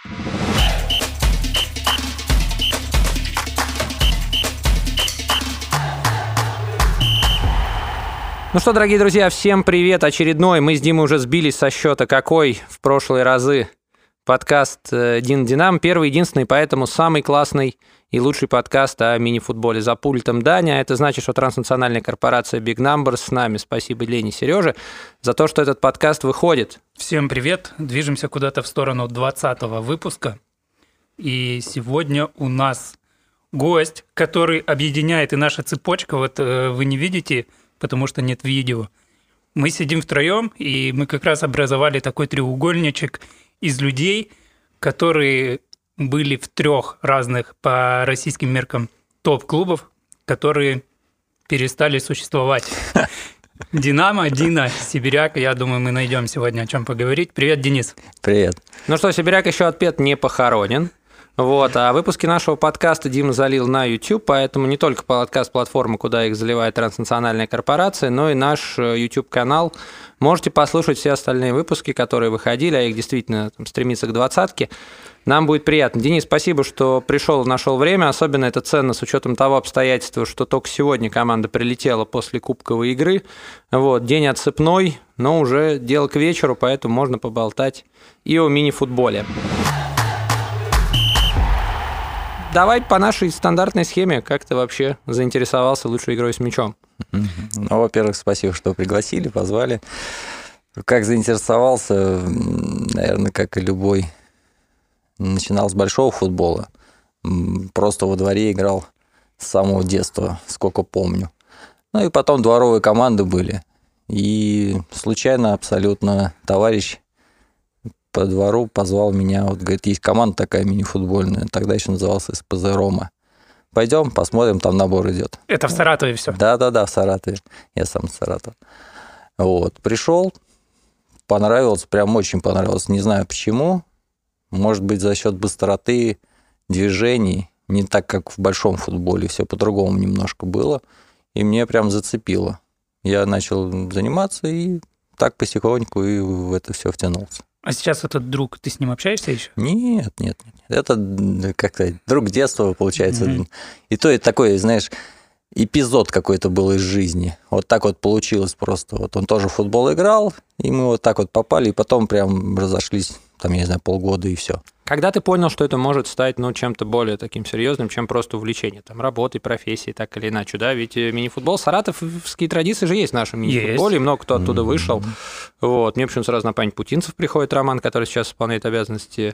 Ну что, дорогие друзья, всем привет очередной. Мы с Димой уже сбились со счета, какой в прошлые разы подкаст «Дин Динам». Первый, единственный, поэтому самый классный и лучший подкаст о мини-футболе. За пультом Даня. Это значит, что транснациональная корпорация Big Numbers с нами. Спасибо Лене и Сереже за то, что этот подкаст выходит. Всем привет. Движемся куда-то в сторону 20-го выпуска. И сегодня у нас гость, который объединяет, и наша цепочка, вот вы не видите, потому что нет видео. Мы сидим втроем, и мы как раз образовали такой треугольничек из людей, которые были в 3 разных по российским меркам топ-клубов, которые перестали существовать. Динамо, Дина, Сибиряк. Я думаю, мы найдем сегодня о чем поговорить. Привет, Денис. Привет. Ну что, Сибиряк еще отпет не похоронен. Вот, а выпуски нашего подкаста Дима залил на YouTube, поэтому не только подкаст-платформа, куда их заливает транснациональная корпорация, но и наш YouTube-канал. Можете послушать все остальные выпуски, которые выходили, а их действительно стремится к 20-ке. Нам будет приятно. Денис, спасибо, что пришел и нашел время. Особенно это ценно с учетом того обстоятельства, что только сегодня команда прилетела после кубковой игры. Вот, день отсыпной, но уже дело к вечеру, поэтому можно поболтать и о мини-футболе. Давай по нашей стандартной схеме, как ты вообще заинтересовался лучшей игрой с мячом? Ну, во-первых, спасибо, что пригласили, позвали. Как заинтересовался, наверное, как и любой, начинал с большого футбола. Просто во дворе играл с самого детства, сколько помню. Ну и потом дворовые команды были. И случайно абсолютно товарищ по двору позвал меня, вот, говорит, есть команда такая мини-футбольная, тогда еще называлась СПЗ «Рома». Пойдем, посмотрим, там набор идет. Это в Саратове все? Да, в Саратове. Я сам из Саратова. Вот, пришел, понравилось, прям очень понравилось. Не знаю почему. Может быть, за счет быстроты движений, не так, как в большом футболе, все по-другому немножко было. И мне прям зацепило. Я начал заниматься и так потихоньку и в это все втянулся. А сейчас этот друг, ты с ним общаешься еще? Нет. Это, как сказать, друг детства, получается. Mm-hmm. И то это такой, знаешь, эпизод какой-то был из жизни. Вот так вот получилось просто. Вот он тоже в футбол играл, и мы вот так вот попали, и потом прям разошлись, там, я не знаю, полгода, и все. Когда ты понял, что это может стать, чем-то более таким серьезным, чем просто увлечение, там, работой, профессией, так или иначе, да? Ведь мини-футбол, саратовские традиции же есть в нашем мини-футболе, и много кто оттуда вышел. Вот. Мне почему-то сразу на память Путинцев приходит Роман, который сейчас исполняет обязанности,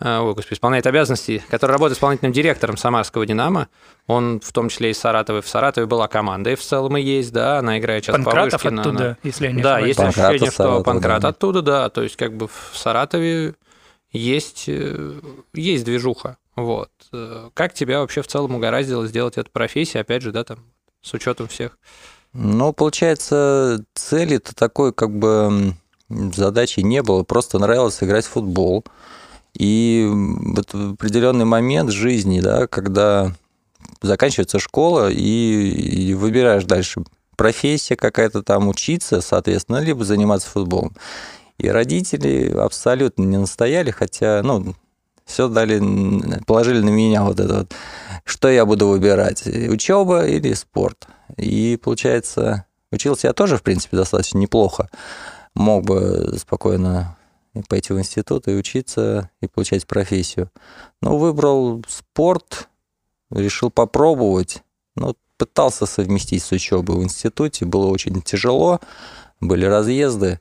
который работает исполнительным директором самарского «Динамо». Он в том числе из Саратова. В Саратове была команда, и в целом и есть, да, она играет сейчас Панкратов Повышкина. оттуда, если я не ошибаюсь. Да, есть ощущение, что Панкрат да. оттуда, да, то есть как бы в Саратове есть движуха. Вот. Как тебя вообще в целом угораздило сделать эту профессию, опять же, да, там, с учетом всех? Ну, получается, цели-то такой, как бы, задачи не было, просто нравилось играть в футбол. И вот в определенный момент жизни, да, когда заканчивается школа и выбираешь дальше профессия какая-то там, учиться, соответственно, либо заниматься футболом. И родители абсолютно не настояли, хотя, все положили на меня вот это вот, что я буду выбирать, учеба или спорт. И, получается, учился я тоже, в принципе, достаточно неплохо. Мог бы спокойно пойти в институт и учиться, и получать профессию. Но выбрал спорт, решил попробовать, пытался совместить с учебой в институте, было очень тяжело, были разъезды.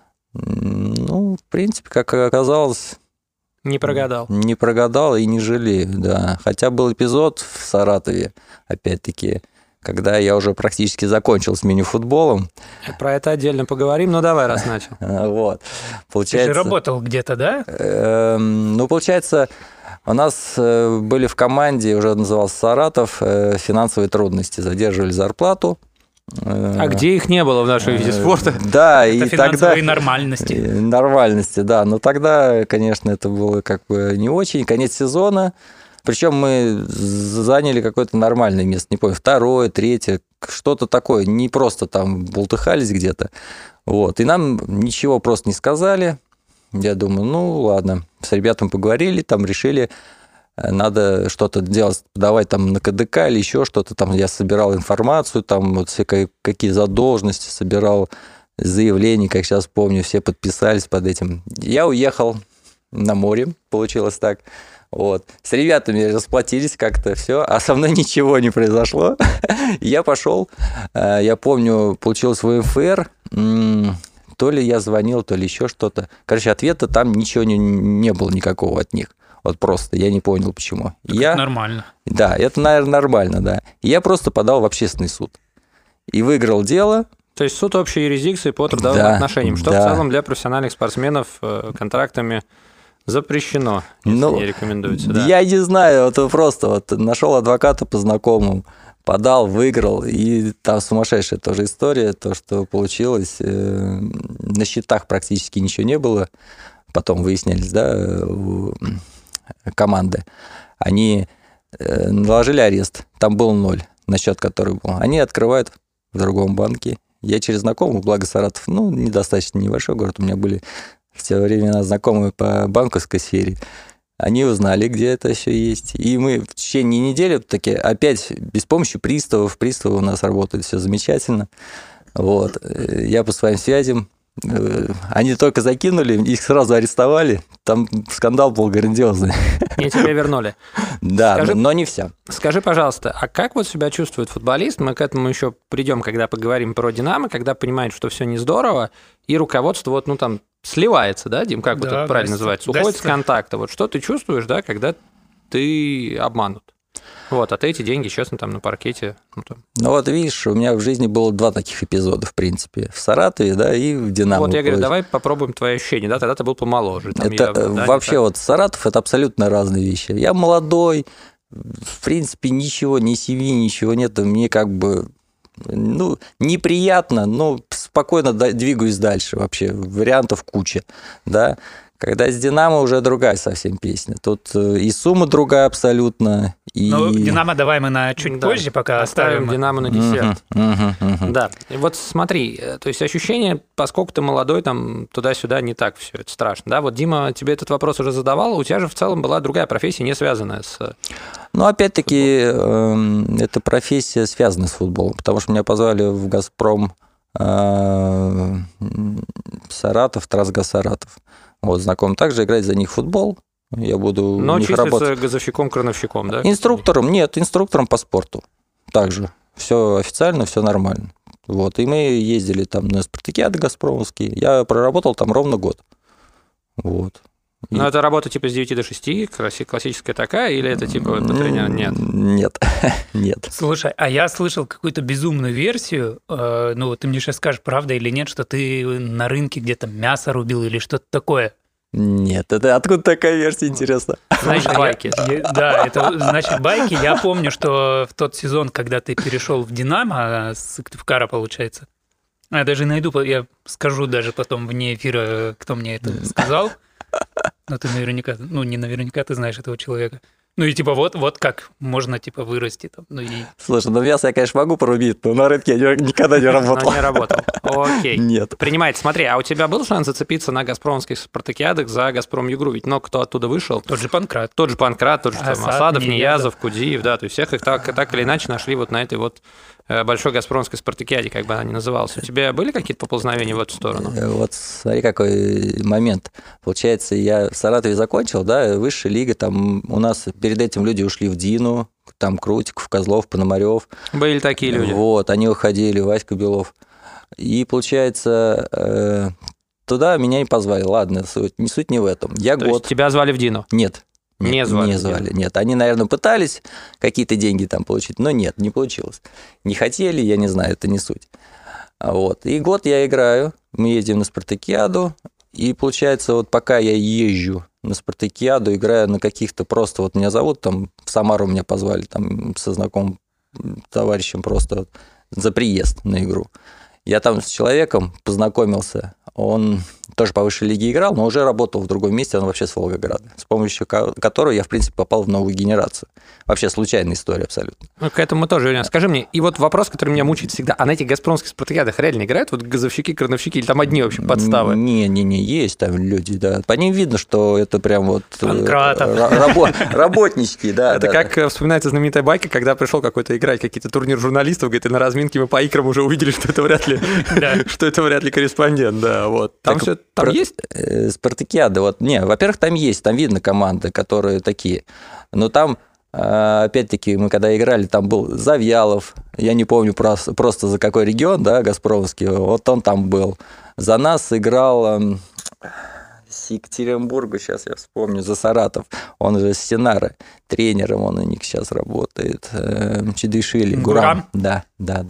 В принципе, как оказалось... Не прогадал. Не прогадал и не жалею, да. Хотя был эпизод в Саратове, опять-таки, когда я уже практически закончил с мини-футболом. Про это отдельно поговорим, но давай, раз начал. Вот. Получается, ты же работал где-то, да? Получается, у нас были в команде, уже назывался Саратов, финансовые трудности, задерживали зарплату. А где их не было в нашем виде спорта? Да, это и финансовые тогда... нормальности, да. Но тогда, конечно, это было как бы не очень. Конец сезона. Причем мы заняли какое-то нормальное место, не помню, 2-е, 3-е, что-то такое. Не просто там бултыхались где-то. Вот. И нам ничего просто не сказали. Я думаю, ладно, с ребятами поговорили, там решили, надо что-то делать, подавать там на КДК или еще что-то. Там я собирал информацию, там вот все какие задолженности собирал, заявления, как сейчас помню, все подписались под этим. Я уехал на море, получилось так. Вот. С ребятами расплатились как-то, все, а со мной ничего не произошло. Я пошел, я помню, получилось в МФР, то ли я звонил, то ли еще что-то. Короче, ответа там ничего не было никакого от них. Вот просто, я не понял, почему. Это нормально. Да, это, наверное, нормально, да. И я просто подал в общественный суд. И выиграл дело. То есть суд общей юрисдикции по трудовым отношениям, что в целом для профессиональных спортсменов контрактами запрещено, если не рекомендуется. Да. Я не знаю, вот просто вот нашел адвоката по знакомым, подал, выиграл, и там сумасшедшая тоже история, то, что получилось. На счетах практически ничего не было, потом выяснялись, да, команды. Они наложили арест, там был 0 на счет, который был. Они открывают в другом банке. Я через знакомых, благо Саратов, недостаточно небольшой город, у меня были в те времена знакомые по банковской сфере. Они узнали, где это еще есть. И мы в течение недели таки опять без помощи приставов. Приставы у нас работают, все замечательно. Вот. Я по своим связям. Они только закинули, их сразу арестовали. Там скандал был грандиозный. И тебя вернули. Да, но не все. Скажи, пожалуйста, а как вот себя чувствует футболист? Мы к этому еще придем, когда поговорим про «Динамо», когда понимает, что все не здорово, и руководство там сливается, да, Дим, как вот это правильно называется, уходит с контакта. Вот что ты чувствуешь, да, когда ты обманут? Вот, а ты эти деньги, честно, там на паркете. Вот видишь, у меня в жизни было 2 таких эпизода, в принципе. В Саратове, да, и в «Динамо». Вот я говорю, давай попробуем твои ощущения, да, тогда ты был помоложе. Там это явно, вообще вот Саратов – это абсолютно разные вещи. Я молодой, в принципе, ничего, ни CV, ничего нет, мне как бы, неприятно, но спокойно двигаюсь дальше вообще, вариантов куча, да. Когда с «Динамо» уже другая совсем песня. Тут и сумма другая абсолютно. И... «Динамо» давай мы на чуть позже пока оставим. «Динамо» на десерт. Да. И вот смотри, то есть ощущение, поскольку ты молодой, там туда-сюда не так все это страшно. Да, вот Дима тебе этот вопрос уже задавал, у тебя же в целом была другая профессия, не связанная с... опять-таки, эта профессия связана с футболом, потому что меня позвали в «Газпром» Саратов, Трансгаз Саратов. Вот, знакомый также играть за них в футбол. Я буду у них работать. Но газовщиком, крановщиком, да? Инструктором, нет, инструктором по спорту. Также. Все официально, все нормально. Вот, и мы ездили там на спартакиады газпромовские. Я проработал там ровно год. Вот. Но это работа типа с 9 до 6, классическая такая, или это типа по тренеру? Нет. Нет. Слушай, а я слышал какую-то безумную версию, ты мне сейчас скажешь, правда или нет, что ты на рынке где-то мясо рубил или что-то такое. Нет, это откуда такая версия, интересно? Значит, байки. Да, это значит байки. Я помню, что в тот сезон, когда ты перешел в «Динамо», с Сыктывкара, получается, я даже найду, я скажу даже потом вне эфира, кто мне это сказал. Но ты наверняка, не наверняка ты знаешь этого человека. И типа вот как можно типа вырасти там. Слушай, мясо я, конечно, могу порубить, но на рынке я никогда не работал. Не работал. Окей. Нет. Принимается. Смотри, а у тебя был шанс зацепиться на газпромских спартакиадах за «Газпром Югру»? Ведь много кто оттуда вышел. Тот же Панкрат. Тот же Асадов, Ниязов, Кудиев, да, то есть всех их так или иначе нашли вот на этой вот большой газпромской спартакиаде, как бы она ни называлась. У тебя были какие-то поползновения в эту сторону? Вот смотри, какой момент. Получается, я в Саратове закончил, да, высшая лига, там у нас перед этим люди ушли в «Дину», там Крутиков, Козлов, Пономарев. Были такие люди. Вот, они уходили, Васька Белов. И, получается, туда меня не позвали. Ладно, суть не в этом. То есть тебя звали в «Дину»? Нет. Не звали. Нет, они, наверное, пытались какие-то деньги там получить, но нет, не получилось. Не хотели, я не знаю, это не суть. Вот. И год я играю, мы ездим на спартакиаду, и получается, вот пока я езжу на спартакиаду, играю на каких-то просто, вот меня зовут, там в Самару меня позвали, там со знакомым товарищем просто за приезд на игру. Я там с человеком познакомился, он тоже по высшей лиге играл, но уже работал в другом месте, он вообще с Волгограда, с помощью которого я, в принципе, попал в новую генерацию. Вообще случайная история абсолютно. Ну, к этому мы тоже вернемся. Скажи мне, и вот вопрос, который меня мучает всегда, а на этих газпромских спартакиадах реально играют вот газовщики, крановщики, или там одни вообще подставы? Не, есть там люди, да. По ним видно, что это прям вот работнички, да. Это как вспоминается знаменитая байка, когда пришел какой-то играть какие-то турнир журналистов, говорит, и на разминке мы по икрам уже увидели, что это вряд ли корреспондент, да, вот. Там все там есть? Спартакиада, вот, не, во-первых, там есть, там видно команды, которые такие, но там, опять-таки, мы когда играли, там был Завьялов, я не помню просто за какой регион, да, Газпромовский, вот он там был. За нас играл с Екатеринбурга, сейчас я вспомню, за Саратов, он же с Синары, тренером он у них сейчас работает, Чедышвили, Гурам. Да.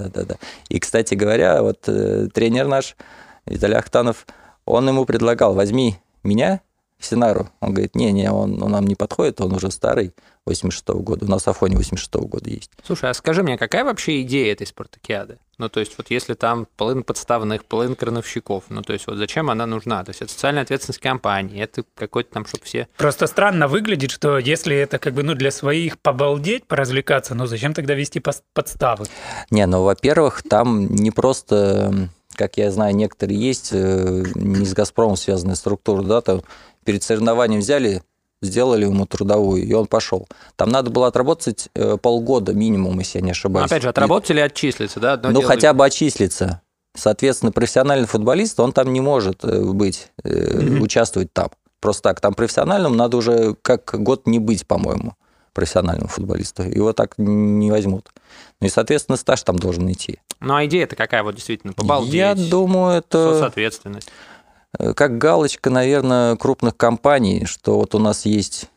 И, кстати говоря, вот тренер наш, Виталий Ахтанов, он ему предлагал, возьми меня в Синару. Он говорит, не, он нам не подходит, он уже старый, 86-го года. У нас в Афоне 86-го года есть. Слушай, а скажи мне, какая вообще идея этой спартакиады? Ну, то есть, вот если там половина подставных, половина крановщиков, ну, то есть, вот зачем она нужна? То есть, это социальная ответственность компании, это какой-то там, чтобы все... Просто странно выглядит, что если это как бы, ну, для своих побалдеть, поразвлекаться, ну, зачем тогда вести подставы? Не, ну, во-первых, там не просто... Как я знаю, некоторые есть не с «Газпромом» связанные структуры, да, там перед соревнованием взяли, сделали ему трудовую, и он пошел. Там надо было отработать полгода минимум, если я не ошибаюсь. Опять же, отработать или отчислиться, да? Ну, хотя бы отчислиться. Соответственно, профессиональный футболист, он там не может быть, участвовать там. Просто так. Там профессиональным надо уже как год не быть, по-моему, профессиональному футболисту. Его так не возьмут. Ну и, соответственно, стаж там должен идти. Ну, а идея-то какая вот действительно? Побалдеть? Я думаю, это... Соцответственность. Как галочка, наверное, крупных компаний, что вот у нас есть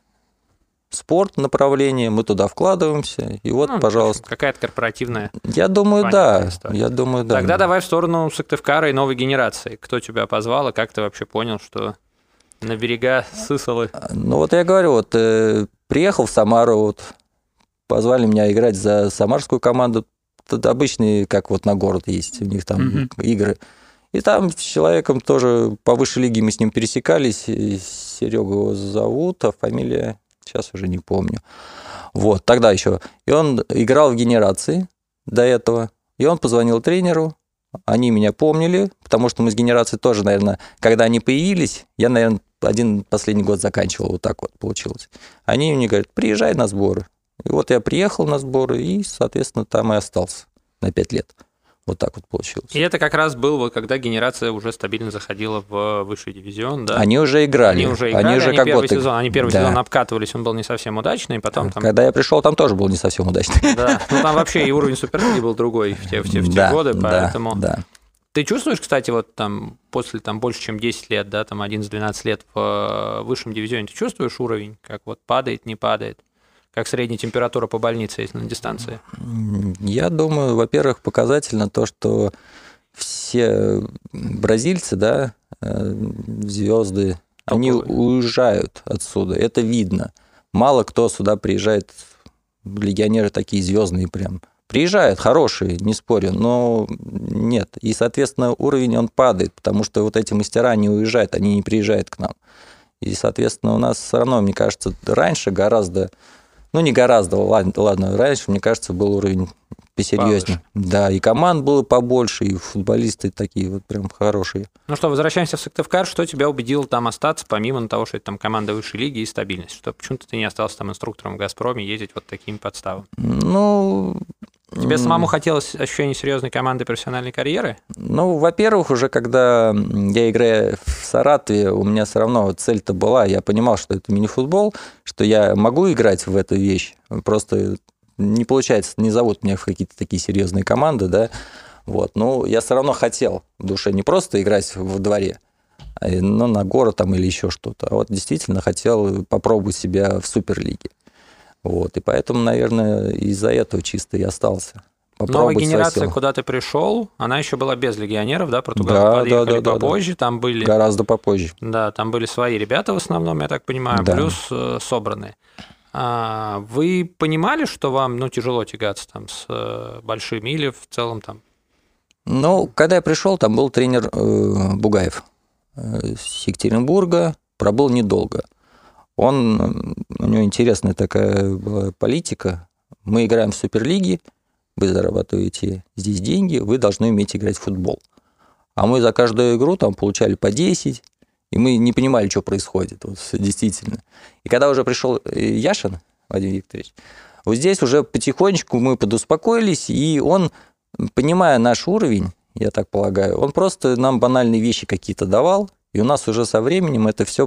спорт направление, мы туда вкладываемся, и вот, пожалуйста. Какая-то корпоративная. Я думаю, да. Тогда давай в сторону Сыктывкара и новой генерации. Кто тебя позвал, и как ты вообще понял, что на берега Сысолы? Ну, вот я говорю, вот приехал в Самару, вот позвали меня играть за самарскую команду. Тут обычные, как вот на город есть, у них там игры. И там с человеком тоже по высшей лиге мы с ним пересекались. Серегу его зовут, а фамилия сейчас уже не помню. Вот, тогда еще. И он играл в генерации до этого. И он позвонил тренеру. Они меня помнили, потому что мы с генерацией тоже, наверное, когда они появились, я, наверное, один последний год заканчивал. Вот так вот получилось. Они мне говорят, приезжай на сборы. И вот я приехал на сборы и, соответственно, там и остался на 5 лет. Вот так вот получилось. И это как раз было, когда генерация уже стабильно заходила в высший дивизион, да? Они уже играли. Они как первый сезон. Они первый сезон обкатывались, он был не совсем удачный, потом там... Когда я пришел, там тоже был не совсем удачный. Да, ну там вообще и уровень Суперлиги был другой в те годы, поэтому... Да. Ты чувствуешь, кстати, вот там после там больше, чем 10 лет, да, там 11-12 лет в высшем дивизионе, ты чувствуешь уровень, как вот падает, не падает? Как средняя температура по больнице есть на дистанции? Я думаю, во-первых, показательно то, что все бразильцы, да, звезды, они уезжают отсюда. Это видно. Мало кто сюда приезжает, легионеры такие звездные прям. Приезжают хорошие, не спорю, но нет. И, соответственно, уровень он падает, потому что вот эти мастера не уезжают, они не приезжают к нам. И, соответственно, у нас все равно, мне кажется, раньше гораздо... Ну, не гораздо, ладно, раньше, мне кажется, был уровень посерьезнее. Да, и команд было побольше, и футболисты такие вот прям хорошие. Ну что, возвращаемся в Сыктывкар. Что тебя убедило там остаться, помимо того, что это там команда высшей лиги и стабильность? Что почему-то ты не остался там инструктором в «Газпроме», ездить вот такими подставами? Ну... Тебе самому хотелось ощущения серьезной команды профессиональной карьеры? Ну, во-первых, уже когда я играю в Саратове, у меня все равно цель-то была, я понимал, что это мини-футбол, что я могу играть в эту вещь, просто не получается, не зовут меня в какие-то такие серьезные команды, да, вот, но я все равно хотел в душе не просто играть во дворе, но на город там или еще что-то, а вот действительно хотел попробовать себя в Суперлиге. Вот, и поэтому, наверное, из-за этого чисто и остался. Новая генерация, куда ты пришел, она еще была без легионеров, да? Португалцы подъехали попозже, там были... Гораздо попозже. Да, там были свои ребята в основном, я так понимаю, да. Плюс собранные. Вы понимали, что вам тяжело тягаться там с большими или в целом там Ну, когда я пришел, там был тренер Бугаев с Екатеринбурга, пробыл недолго. У него интересная такая была политика. Мы играем в Суперлиге, вы зарабатываете здесь деньги, вы должны уметь играть в футбол. А мы за каждую игру там получали по 10, и мы не понимали, что происходит, вот, действительно. И когда уже пришел Яшин, Вадим Викторович, вот здесь уже потихонечку мы подуспокоились, и он, понимая наш уровень, я так полагаю, он просто нам банальные вещи какие-то давал, и у нас уже со временем это все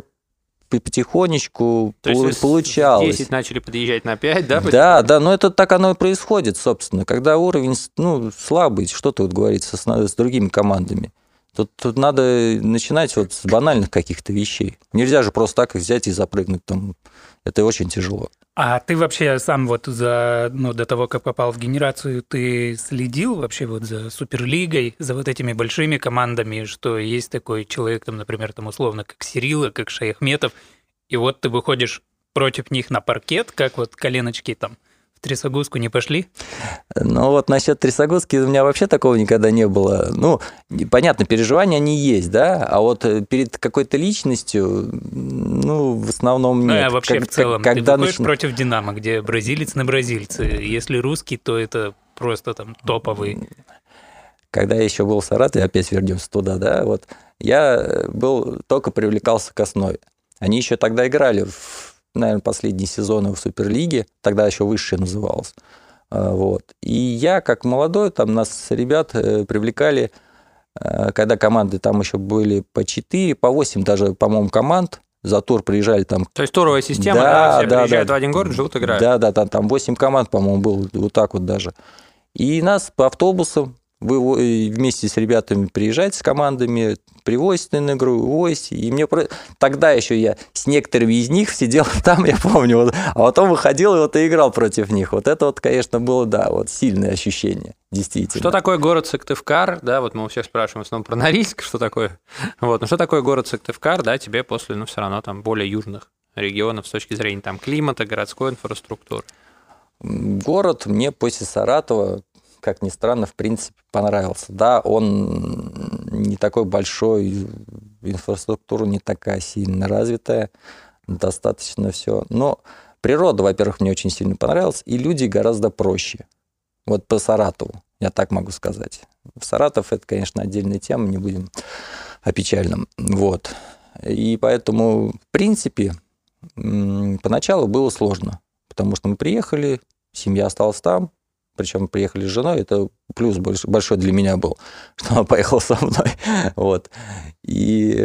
потихонечку получалось. 10 начали подъезжать на 5, да? Да, но это так оно и происходит, собственно. Когда уровень слабый, что тут говорится с другими командами. Тут надо начинать вот с банальных каких-то вещей. Нельзя же просто так их взять и запрыгнуть там. Это очень тяжело. А ты вообще сам вот до того, как попал в генерацию, ты следил вообще вот за Суперлигой, за вот этими большими командами, что есть такой человек, там, например, там условно, как Сирила, как Шаяхметов, и вот ты выходишь против них на паркет, как вот коленочки там в трясогузку не пошли? Ну вот насчет трясогузки у меня вообще такого никогда не было. Ну, понятно, переживания они есть, да, а вот перед какой-то личностью, ну, в основном нет. Ну, а вообще в целом, ты выходишь против «Динамо», где бразилец на бразильце. Если русский, то это просто там топовый. Когда я еще был в Саратове, опять вернемся туда, да, вот, я только привлекался к основе. Они еще тогда играли наверное, последние сезоны в Суперлиге, тогда еще высшая называлась. Вот. И я, как молодой, там нас ребят привлекали, когда команды там еще были по 4, по 8 даже, по-моему, команд, за тур приезжали там... То есть туровая система, да, все приезжают в один город, живут, играют. Да, там 8 команд, по-моему, было вот так вот даже. И нас по автобусам вместе с ребятами приезжать с командами, привозите на игру, увозите. И мне тогда еще я с некоторыми из них сидел там, я помню, вот, а потом выходил и вот и играл против них. Вот это вот, конечно, было, да, вот сильное ощущение, действительно. Что такое город Сыктывкар, да, вот мы у всех спрашиваем в основном про Норильск, что такое, вот, но что такое город Сыктывкар, да, тебе после, ну, все равно там более южных регионов с точки зрения там климата, городской инфраструктуры? Город мне после Саратова, как ни странно, в принципе, понравился. Да, он не такой большой, инфраструктура не такая сильно развитая, достаточно все. Но природа, во-первых, мне очень сильно понравилась, и люди гораздо проще. Вот по Саратову, я так могу сказать. Саратов – это, конечно, отдельная тема, не будем о печальном. Вот. И поэтому, в принципе, поначалу было сложно, потому что мы приехали, семья осталась там, причем приехали с женой, это плюс большой для меня был, что она поехала со мной. Вот. И,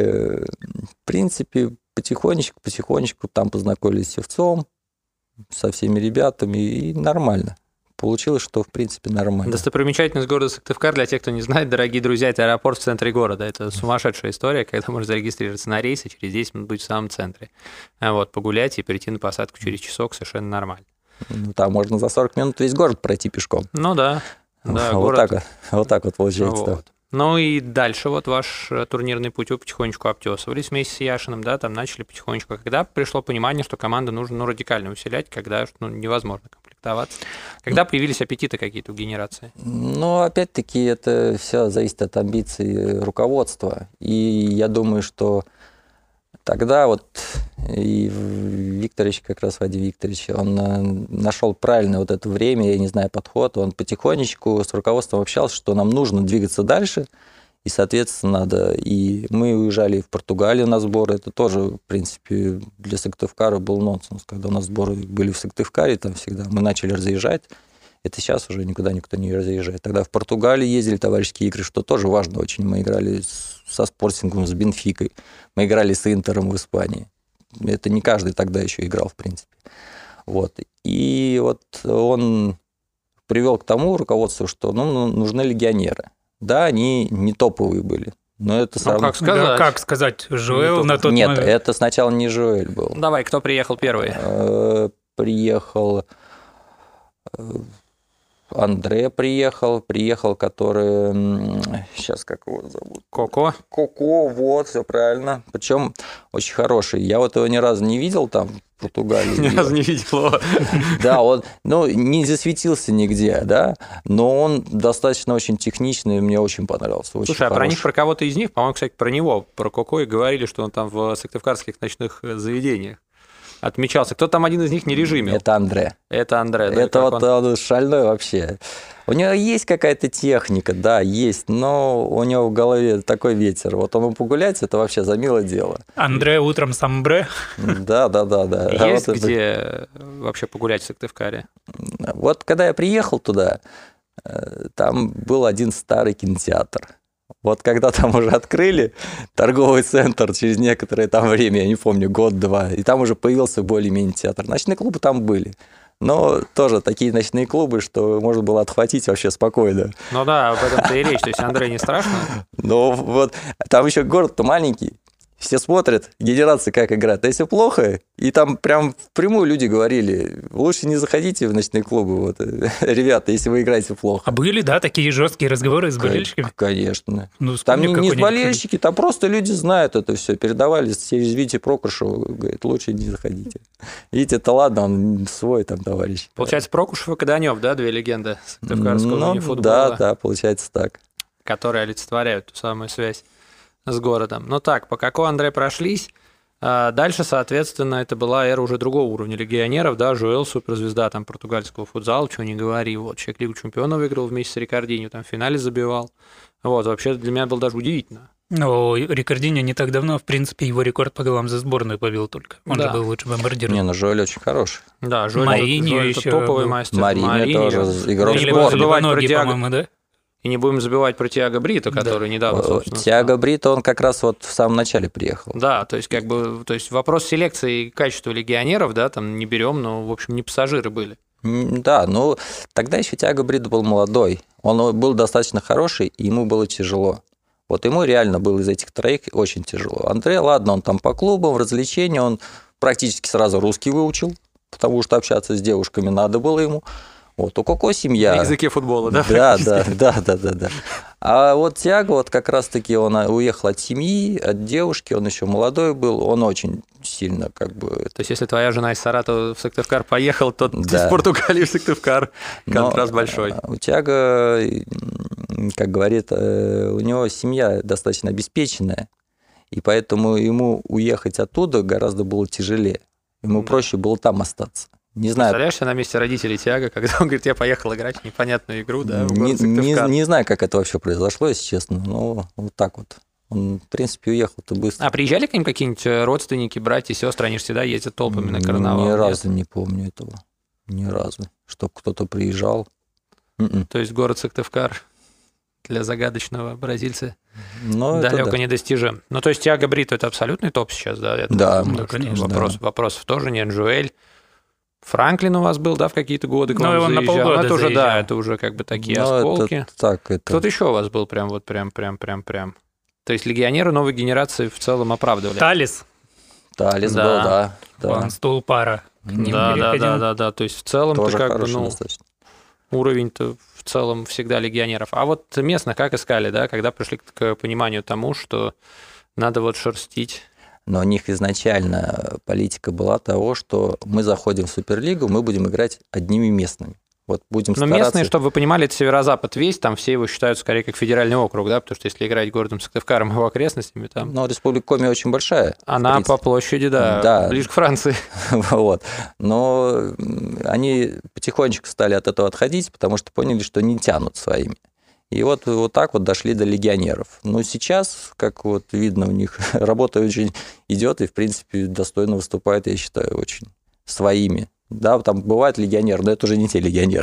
в принципе, потихонечку там познакомились с Севцом, со всеми ребятами, и нормально. Получилось, что, в принципе, нормально. Достопримечательность города Сыктывкар, для тех, кто не знает, дорогие друзья, это аэропорт в центре города. Это сумасшедшая история, когда можно зарегистрироваться на рейс и через 10 минут быть в самом центре. Вот, погулять и перейти на посадку через часок совершенно нормально. Ну, там можно за 40 минут весь город пройти пешком. Ну да. Да, вот, город... вот так вот получается. Вот. Ну и дальше вот ваш турнирный путь, вы потихонечку обтесывались вместе с Яшиным, да, там начали потихонечку. Когда пришло понимание, что команду нужно радикально усилять, когда невозможно комплектоваться? Когда появились аппетиты какие-то у генерации? Ну, опять-таки, это все зависит от амбиций руководства. И я думаю, что тогда вот и Викторович, как раз Вадим Викторович, он нашел правильное вот это время, я не знаю, подход, он потихонечку с руководством общался, что нам нужно двигаться дальше, и, соответственно, надо. И мы уезжали в Португалию на сборы, это тоже, в принципе, для Сыктывкара был нонсенс, когда у нас сборы были в Сыктывкаре, там всегда мы начали разъезжать. Это сейчас уже никуда никто не разъезжает. Тогда в Португалии ездили товарищеские игры, что тоже важно очень. Мы играли со Спортингом, с Бенфикой. Мы играли с Интером в Испании. Это не каждый тогда еще играл, в принципе. Вот. И вот он привел к тому руководству, что нужны легионеры. Да, они не топовые были. Но это ну, как сказать? Да, как сказать? Жоэл на тот момент? Нет, это сначала не Жоэль был. Давай, кто приехал первый? Приехал... Андре приехал, который... Сейчас как его зовут? Коко. Коко, вот, все правильно. Причем очень хороший. Я вот его ни разу не видел там, в Португалии. Ни разу не видел его. Да, он, не засветился нигде, да, но он достаточно очень техничный, мне очень понравился. Очень Слушай, а хороший. про кого-то из них, по-моему, кстати, про него, про Коко, и говорили, что он там в сыктывкарских ночных заведениях отмечался. Кто там один из них не режимил? Это Андре. Это Андре. Да, это вот он шальной вообще. У него есть какая-то техника, да, есть, но у него в голове такой ветер. Вот он погулять, это вообще за милое дело. Андре утром самбре. Да. Есть вот где вообще погулять в Сыктывкаре? Вот когда я приехал туда, там был один старый кинотеатр. Вот когда там уже открыли торговый центр через некоторое там время, я не помню, год-два, и там уже появился более-менее театр. Ночные клубы там были. Но тоже такие ночные клубы, что можно было отхватить вообще спокойно. Ну да, об этом-то и речь. То есть Андре не страшно? Но вот там еще город-то маленький. Все смотрят, генерация как играет. А если плохо, и там прям впрямую люди говорили, лучше не заходите в ночные клубы, вот, ребята, если вы играете плохо. А были, да, такие жесткие разговоры с болельщиками? Конечно. Ну, Там вспомни, не как с болельщики, там просто люди знают это все, передавали через Витю Прокушева, говорит, лучше не заходите. Видите, это ладно, он свой там товарищ. Получается, Прокушев и Каданев, да, две легенды сыктывкарского мини-футбола, да, получается так. которые олицетворяют ту самую связь с городом. Ну так, по Коко Андре прошлись. Дальше, соответственно, это была эра уже другого уровня легионеров, да, Жоэл, суперзвезда там португальского футзала, чего не говори, вот, человек Лигу чемпионов выиграл вместе с Рикардиньо, там в финале забивал. Вот, вообще для меня было даже удивительно. Но Рикардиньо не так давно, в принципе, его рекорд по голам за сборную побил только. Он же был лучшим бомбардиром. Не, Жоэль очень хороший. Да, Жоэль еще топовый был. мастер. Мариньо тоже игрок Не Или будем сборной. забывать про ноги, Тиаго. по-моему, да? И не будем забывать про Тиаго Брита, который недавно, собственно, Тиаго Брита, он как раз вот в самом начале приехал. Да, то есть как бы, то есть вопрос селекции и качества легионеров, да, там не берем, но в общем не пассажиры были. Да, ну тогда еще Тиаго Брит был молодой, он был достаточно хороший, и ему было тяжело. Вот ему реально было из этих троих очень тяжело. Андре, ладно, он там по клубам, в развлечения, он практически сразу русский выучил, потому что общаться с девушками надо было ему. Вот у Коко семья. На языке футбола, да? Да. А вот Тиаго, вот как раз-таки он уехал от семьи, от девушки, он еще молодой был, он очень сильно как бы... То есть, если твоя жена из Саратова в Сыктывкар поехала, то из Португалии в Сыктывкар контраст большой. У Тиаго, как говорит, у него семья достаточно обеспеченная, и поэтому ему уехать оттуда гораздо было тяжелее. Ему проще было там остаться. Не знаю. Представляешь, на месте родителей Тиаго, когда он говорит, я поехал играть в непонятную игру, да, в город Сыктывкар. Не знаю, как это вообще произошло, если честно, но вот так вот. Он, в принципе, уехал-то быстро. А приезжали к ним какие-нибудь родственники, братья, сестры? Они же всегда ездят толпами на карнавал. Ни разу не помню этого. Ни разу. Чтоб кто-то приезжал. То есть город Сыктывкар для загадочного бразильца Но далеко недостижим. Ну, то есть Тиаго Брито – это абсолютный топ сейчас, да? Да, конечно. Вопросов тоже нет. Жуэль. Франклин у вас был, да, в какие-то годы к вам он на заезжал? полгода Это уже, заезжал. да, это уже как бы такие осколки. Это... Кто-то еще у вас был прям. То есть легионеры новой генерации в целом оправдывали. Талис. Талис был, да. Он стул пара. К ним Да. То есть в целом тоже ты как бы, хороший достаточно. уровень-то в целом всегда легионеров. А вот местных как искали, да, когда пришли к пониманию тому, что надо вот шерстить. Но у них изначально политика была того, что мы заходим в Суперлигу, мы будем играть одними местными. Вот будем Но стараться... местные, чтобы вы понимали, это северо-запад весь, там все его считают скорее как федеральный округ, да, потому что если играть городом Сыктывкаром и его окрестностями, там... Но Республика Коми очень большая. Она по площади, да, ближе к Франции. Вот. Но они потихонечку стали от этого отходить, потому что поняли, что не тянут своими. И вот так вот дошли до легионеров. Но сейчас, как вот видно, у них работа очень идет и, в принципе, достойно выступает, я считаю, очень своими. Да, там бывают легионеры, но это уже не те легионеры.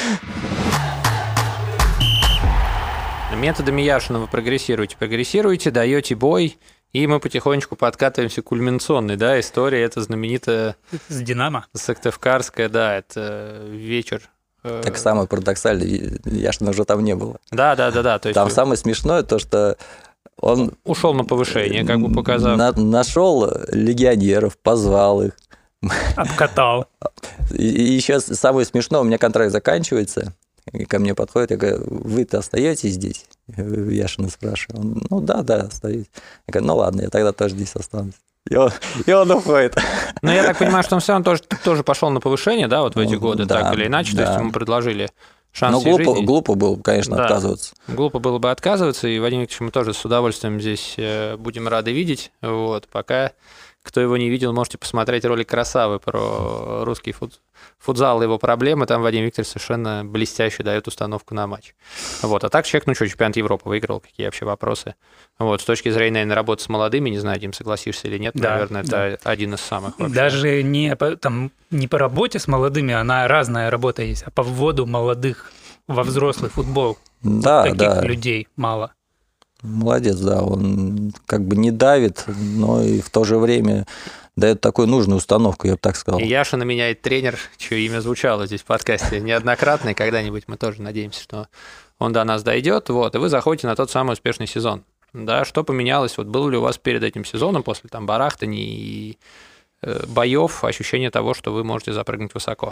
Методами Яшина вы прогрессируете, даете бой, и мы потихонечку подкатываемся к кульминационной, да, истории. Это знаменитая... С «Динамо». Сыктывкарская, да, это вечер. Так самое парадоксальное, Яшина уже там не было. Да. То есть там самое смешное то, что он... ушел на повышение, как бы показав. Нашел легионеров, позвал их. Обкатал. И еще самое смешное, у меня контракт заканчивается, И ко мне подходит, я говорю, вы-то остаетесь здесь? Яшина спрашивает. Он, ну да, остаюсь. Я говорю, ну ладно, я тогда тоже здесь останусь. И он уходит. Но я так понимаю, что он все равно тоже пошел на повышение, да, вот в эти годы, да, так или иначе, то есть ему предложили шанс всей жизни. Глупо было бы, конечно, отказываться. Глупо было бы отказываться, и Вадим Викторович мы тоже с удовольствием здесь будем рады видеть. Вот, пока кто его не видел, можете посмотреть ролик «Красавы» про русский футзал и его проблемы. Там Вадим Викторович совершенно блестяще дает установку на матч. Вот. А так человек, ну что, чемпионат Европы выиграл, какие вообще вопросы. Вот. С точки зрения, наверное, работы с молодыми, не знаю, Дим, согласишься или нет, да, наверное, это один из самых вообще. Даже не по работе с молодыми, она разная работа есть, а по вводу молодых во взрослый футбол. Таких людей мало. Молодец, да, он как бы не давит, но и в то же время дает такую нужную установку, я бы так сказал. И Яшина меняет тренер, чье имя звучало здесь в подкасте неоднократно, и когда-нибудь мы тоже надеемся, что он до нас дойдет, вот, и вы заходите на тот самый успешный сезон. Да, что поменялось? Вот было ли у вас перед этим сезоном, после там барахтаний и боев, ощущение того, что вы можете запрыгнуть высоко?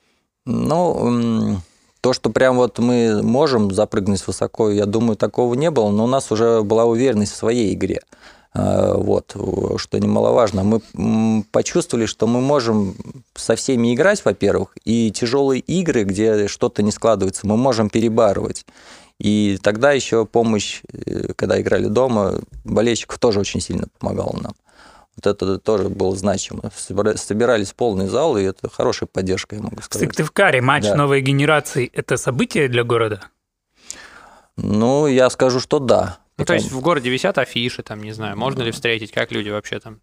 Ну, то, что прям вот мы можем запрыгнуть высоко, я думаю, такого не было, но у нас уже была уверенность в своей игре. Вот, что немаловажно. Мы почувствовали, что мы можем со всеми играть, во-первых, и тяжелые игры, где что-то не складывается, мы можем перебарывать. И тогда еще помощь, когда играли дома, болельщиков тоже очень сильно помогала нам. Вот это тоже было значимо. Собирались полный зал, и это хорошая поддержка, я могу сказать. В Сыктывкаре матч новой генерации – это событие для города? Ну, я скажу, что да. Ну, то есть в городе висят афиши, там, не знаю, можно ли встретить, как люди вообще там?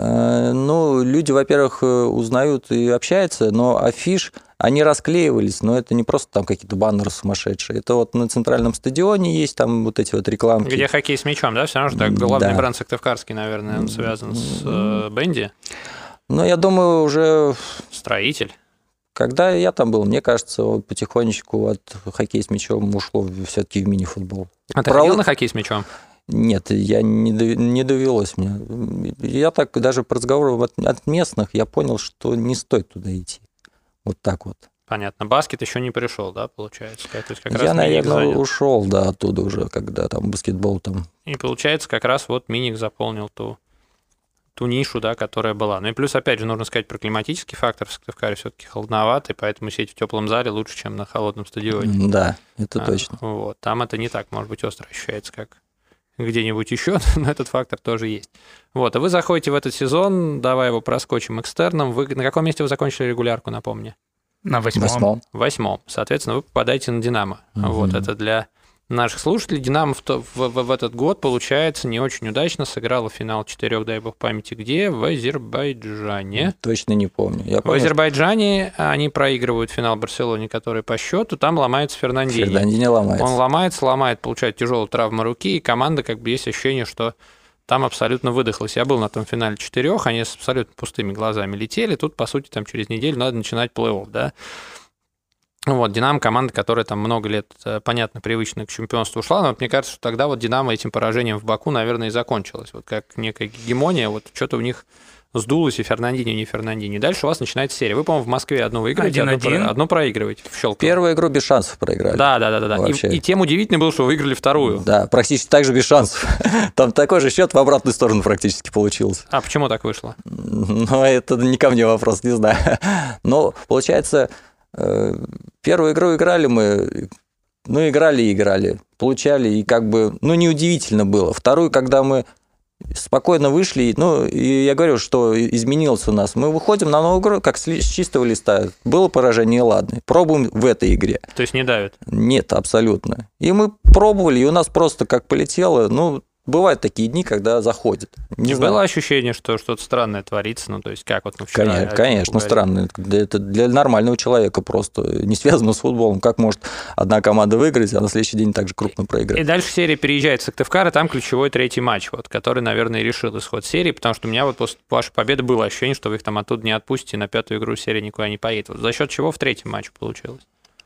Ну, люди, во-первых, узнают и общаются, но афиш, они расклеивались, но это не просто там какие-то баннеры сумасшедшие. Это вот на центральном стадионе есть там вот эти вот рекламки. Где хоккей с мячом, да? Все равно, что главный бренд Сыктывкарский, наверное, он связан с Бенди. Ну, я думаю, уже... Строитель. Когда я там был, мне кажется, потихонечку от хоккея с мячом ушло все-таки в мини-футбол. А ты ходил на хоккей с мячом? Нет, не довелось мне. Я так даже по разговору от местных я понял, что не стоит туда идти. Вот так вот. Понятно. Баскет еще не пришел, да, получается? То есть как я, раз наверное, ушел, да, оттуда уже, когда там баскетбол там. И получается, как раз вот миник заполнил ту нишу, да, которая была. Ну и плюс, опять же, нужно сказать про климатический фактор. В Сыктывкаре все-таки холодновато, и поэтому сидеть в теплом зале лучше, чем на холодном стадионе. Да, это точно. Вот. Там это не так, может быть, остро ощущается, как где-нибудь еще, но этот фактор тоже есть. Вот, а вы заходите в этот сезон, давай его проскочим экстерном. Вы на каком месте вы закончили регулярку, напомни? На 8-м. 8-м. Соответственно, вы попадаете на «Динамо». Вот, это для наших слушателей. «Динамо» в этот год, получается, не очень удачно сыграла финал 4, дай бог памяти, где? В Азербайджане. Точно не помню. В Азербайджане они проигрывают финал Барселоне, который по счету, там ломается Фернандини. Фернандини ломается. Он ломает, получает тяжелую травму руки, и команда, как бы, есть ощущение, что там абсолютно выдохлась. Я был на том финале 4, они с абсолютно пустыми глазами летели. Тут, по сути, там через неделю надо начинать плей-офф, да. Вот, «Динамо» команда, которая там много лет, понятно, привычно к чемпионству ушла, но мне кажется, что тогда вот «Динамо» этим поражением в Баку, наверное, и закончилось. Вот как некая гегемония, вот что-то у них сдулось, и Фернандини, и не Фернандини. Дальше у вас начинается серия. Вы, по-моему, в Москве одну выиграете, одну проиграете в Щелково. Первую игру без шансов проиграли. Да. И тем удивительно было, что выиграли вторую. Да, практически так же без шансов. Там такой же счет в обратную сторону практически получился. А почему так вышло? Ну, это не ко мне вопрос, не знаю. Но, получается, первую игру играли мы, ну, играли, получали, и как бы, ну, неудивительно было. Вторую, когда мы спокойно вышли, ну, и я говорю, что изменилось у нас. Мы выходим на новую игру, как с чистого листа. Было поражение, ладно. Пробуем в этой игре. То есть не давит? Нет, абсолютно. И мы пробовали, и у нас просто как полетело, ну, бывают такие дни, когда заходит. Не было ощущения, что что-то странное творится? Ну, то есть как вот мы вчера... Конечно, странно. Это для нормального человека просто не связано с футболом. Как может одна команда выиграть, а на следующий день также крупно проиграть? И дальше серия переезжает в Сыктывкар, и там ключевой третий матч, вот, который, наверное, и решил исход серии, потому что у меня вот после вашей победы было ощущение, что вы их там оттуда не отпустите, на пятую игру серия никуда не поедет. Вот за счет чего в третьем матче получилось?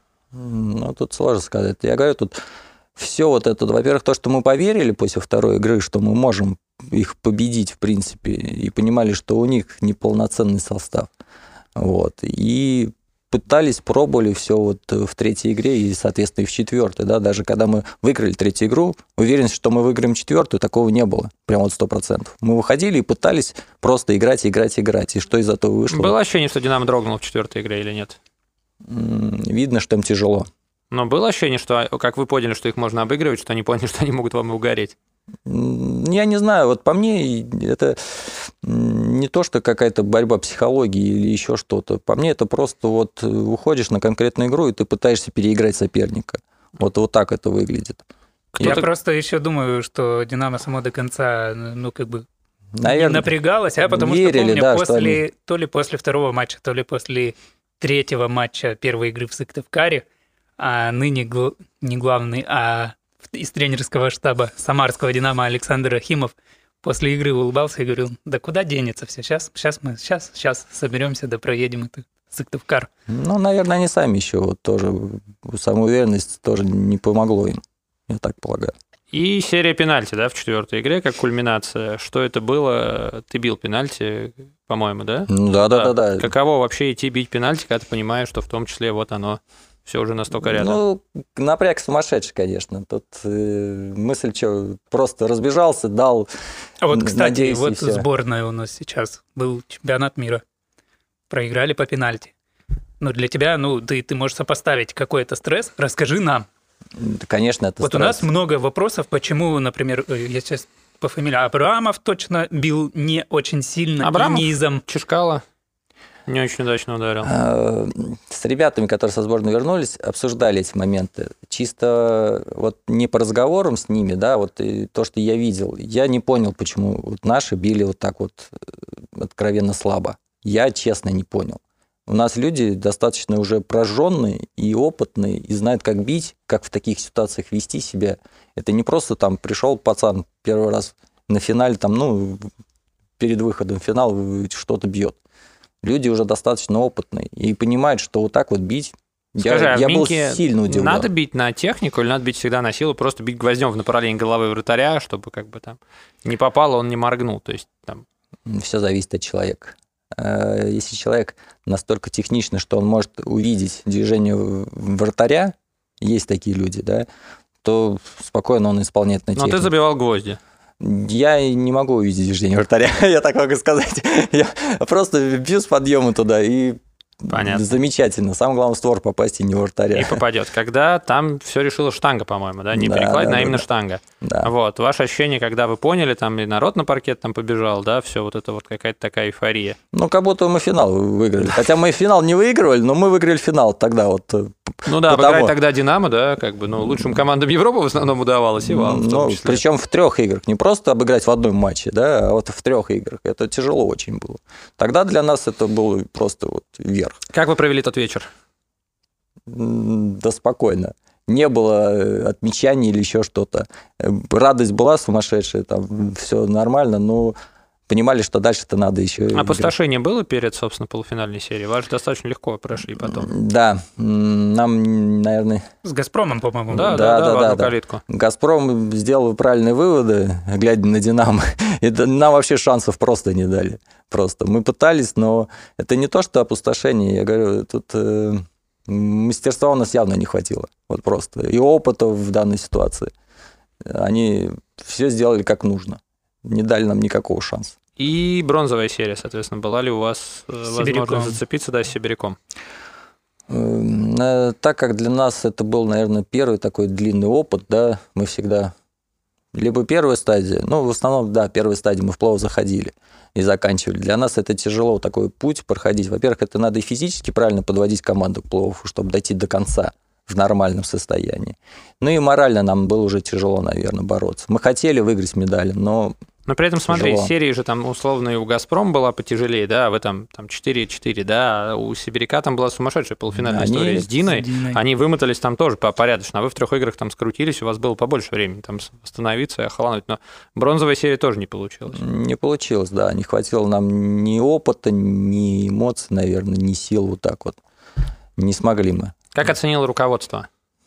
Ну, тут сложно сказать. Я говорю, тут все вот это, во-первых, то, что мы поверили после второй игры, что мы можем их победить, в принципе, и понимали, что у них неполноценный состав. Вот. И пытались, пробовали все вот в третьей игре и, соответственно, и в четвертой, да, даже когда мы выиграли третью игру, уверен, что мы выиграем четвертую, такого не было, прям вот 100%. Мы выходили и пытались просто играть, и что из этого вышло? Было ощущение, что «Динамо» дрогнул в четвертой игре или нет? Видно, что им тяжело. Но было ощущение, что, как вы поняли, что их можно обыгрывать, что они поняли, что они могут вам и угореть? Я не знаю, вот по мне это не то, что какая-то борьба психологии или еще что-то. По мне это просто вот выходишь на конкретную игру, и ты пытаешься переиграть соперника. Вот так это выглядит. Я просто еще думаю, что «Динамо» само до конца, ну, как бы наверное, не напрягалось, потому верили, что помню, да, они... то ли после второго матча, то ли после третьего матча первой игры в Сыктывкаре, а ныне не главный, а из тренерского штаба самарского «Динамо» Александр Рахимов после игры улыбался и говорил: да куда денется все, сейчас мы соберемся, да проедем это Сыктывкар. Ну, наверное, они сами еще вот тоже, самоуверенность тоже не помогло им, я так полагаю. И серия пенальти, да, в четвертой игре, как кульминация. Что это было? Ты бил пенальти, по-моему, да? Да. Каково вообще идти бить пенальти, когда ты понимаешь, что в том числе вот оно все уже настолько рядом? Ну, напряг сумасшедший, конечно. Тут мысль, что просто разбежался, дал. А вот, кстати, надеюсь, вот сборная у нас сейчас, был чемпионат мира. Проиграли по пенальти. Ну, для тебя, ты можешь сопоставить какой-то стресс. Расскажи нам. Конечно, это вот стресс. У нас много вопросов, почему, например, я сейчас по фамилии Абрамов точно бил не очень сильно. Абрамов, и низом. Чешкало не очень удачно ударил. С ребятами, которые со сборной вернулись, обсуждали эти моменты. Чисто вот не по разговорам с ними, да, вот и то, что я видел. Я не понял, почему вот наши били вот так вот откровенно слабо. Я, честно, не понял. У нас люди достаточно уже прожженные и опытные, и знают, как бить, как в таких ситуациях вести себя. Это не просто там пришел пацан первый раз на финале, там, перед выходом в финал что-то бьет. Люди уже достаточно опытные и понимают, что вот так вот бить. Скажи, я был сильно удивлен. Надо бить на технику или надо бить всегда на силу, просто бить гвоздем в направлении головы вратаря, чтобы как бы там не попало, он не моргнул. То есть там... Все зависит от человека. Если человек настолько техничный, что он может увидеть движение вратаря, есть такие люди, да, то спокойно он исполняет на технику. Но ты забивал гвозди. Я не могу увидеть движение вратаря, я так могу сказать. Я просто бью с подъема туда, и понятно. Замечательно. Самое главное, в створ попасть и не в вратаря. И попадет. Когда там все решила штанга, по-моему, да? Не перекладина, а именно штанга. Да. Вот. Ваше ощущение, когда вы поняли, там и народ на паркет там побежал, да, все вот это вот какая-то такая эйфория. Ну, как будто мы финал выиграли. Хотя мы финал не выигрывали, но мы выиграли финал тогда вот. Ну да, обыграть тогда «Динамо», да, как бы, лучшим командам Европы в основном удавалось, и вам в том числе. Причем в 3 играх, не просто обыграть в одном матче, да, а вот в 3 играх. Это тяжело очень было. Тогда для нас это было просто вот верх. Как вы провели тот вечер? Да спокойно. Не было отмечаний или еще что-то. Радость была сумасшедшая, там все нормально, но понимали, что дальше-то надо еще... Опустошение было перед, собственно, полуфинальной серией? Вас же достаточно легко прошли потом. Да, нам, наверное... С «Газпромом», по-моему. Да, в одну калитку. «Газпром» сделал правильные выводы, глядя на «Динамо». И нам вообще шансов просто не дали. Просто. Мы пытались, но это не то, что опустошение. Я говорю, тут мастерства у нас явно не хватило. Вот просто. И опыта в данной ситуации. Они все сделали как нужно. Не дали нам никакого шанса. И бронзовая серия, соответственно, была ли у вас возможность зацепиться, да, с Сибиряком? Так как для нас это был, наверное, первый такой длинный опыт, да, мы всегда... Либо первая стадия, в основном, да, первой стадии мы в плей-офф заходили и заканчивали. Для нас это тяжело, такой путь проходить. Во-первых, это надо и физически правильно подводить команду к плей-оффу, чтобы дойти до конца в нормальном состоянии. И морально нам было уже тяжело, наверное, бороться. Мы хотели выиграть медали, но при этом, смотри, тяжело. серии же там условно и у «Газпром» была потяжелее, да, а вы там 4-4, да, а у Сибиряка там была сумасшедшая полуфинальная история с Диной. Они вымотались там тоже порядочно, а вы в 3 играх там скрутились, у вас было побольше времени там восстановиться и охолонуть, но бронзовая серия тоже не получилась. Не получилось, да, не хватило нам ни опыта, ни эмоций, наверное, ни сил вот так вот. Не смогли мы. Как оценило руководство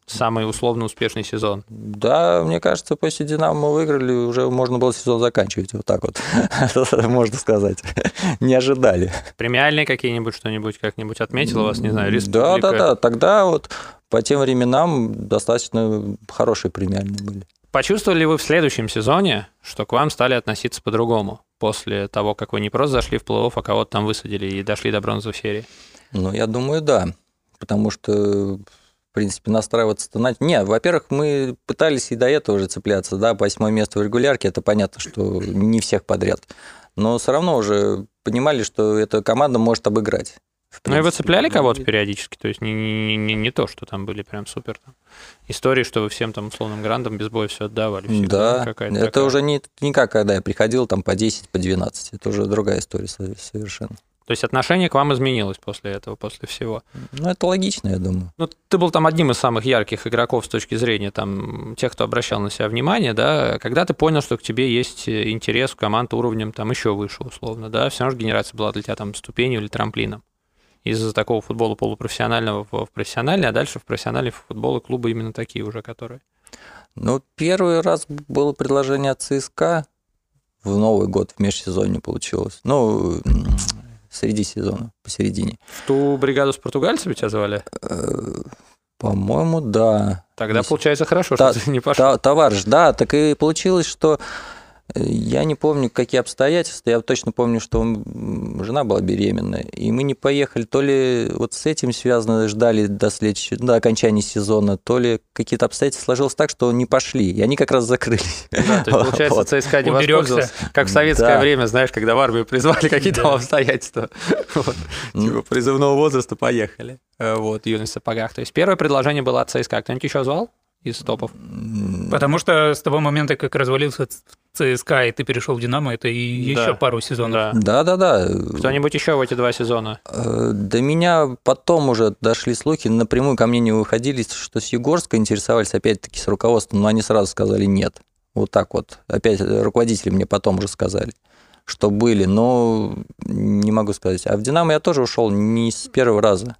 самый условно успешный сезон? Да, мне кажется, после «Динамо» мы выиграли, уже можно было сезон заканчивать, вот так вот, можно сказать. Не ожидали. Премиальные какие-нибудь, что-нибудь как-нибудь отметил вас, не знаю, Да, республика? тогда вот по тем временам достаточно хорошие премиальные были. Почувствовали ли вы в следующем сезоне, что к вам стали относиться по-другому? После того, как вы не просто зашли в плей-офф, а кого-то там высадили и дошли до бронзовой серии? Ну, я думаю, да. Потому что, в принципе, настраиваться-то... Не, во-первых, мы пытались и до этого уже цепляться, да, по 8 место в регулярке, это понятно, что не всех подряд. Но все равно уже понимали, что эта команда может обыграть. Ну и вы цепляли кого-то периодически? То есть не то, что там были прям супер там истории, что вы всем там условным грандам без боя все отдавали. Да, это такая... уже не как когда я приходил там по 10, по 12. Это уже другая история совершенно. То есть отношение к вам изменилось после этого, после всего? Ну, это логично, я думаю. Ну, ты был там одним из самых ярких игроков с точки зрения там, тех, кто обращал на себя внимание, да, когда ты понял, что к тебе есть интерес в команд уровнем там еще выше, условно, да, все равно же генерация была для тебя там ступенью или трамплином. Из-за такого футбола полупрофессионального в профессиональный, а дальше в профессиональный футбол и клубы именно такие уже, которые... Ну, первый раз было предложение от ЦСКА в Новый год, в межсезонье получилось. Ну, среди сезона, посередине. В ту бригаду с португальцами тебя звали? По-моему, да. Тогда, получается, хорошо, что ты не пошел. Товарищ, да, так и получилось, что я не помню, какие обстоятельства, я точно помню, что жена была беременная, и мы не поехали, то ли вот с этим связано, ждали до окончания сезона, то ли какие-то обстоятельства сложилось так, что не пошли, и они как раз закрылись. Да, то есть, получается, ЦСКА не воспользовался, как в советское время, знаешь, когда в армию призвали какие-то обстоятельства. Типа призывного возраста поехали. Вот, юность в сапогах. То есть первое предложение было от ЦСКА. Кто-нибудь еще звал из топов? Потому что с того момента, как развалился ЦСКА, и ты перешел в «Динамо», это и еще пару сезонов. Да. Кто-нибудь еще в эти 2 сезона? До меня потом уже дошли слухи, напрямую ко мне не выходили, что с Югорска интересовались опять-таки с руководством, но они сразу сказали нет. Вот так вот. Опять руководители мне потом уже сказали, что были, но не могу сказать. А в «Динамо» я тоже ушел не с первого раза.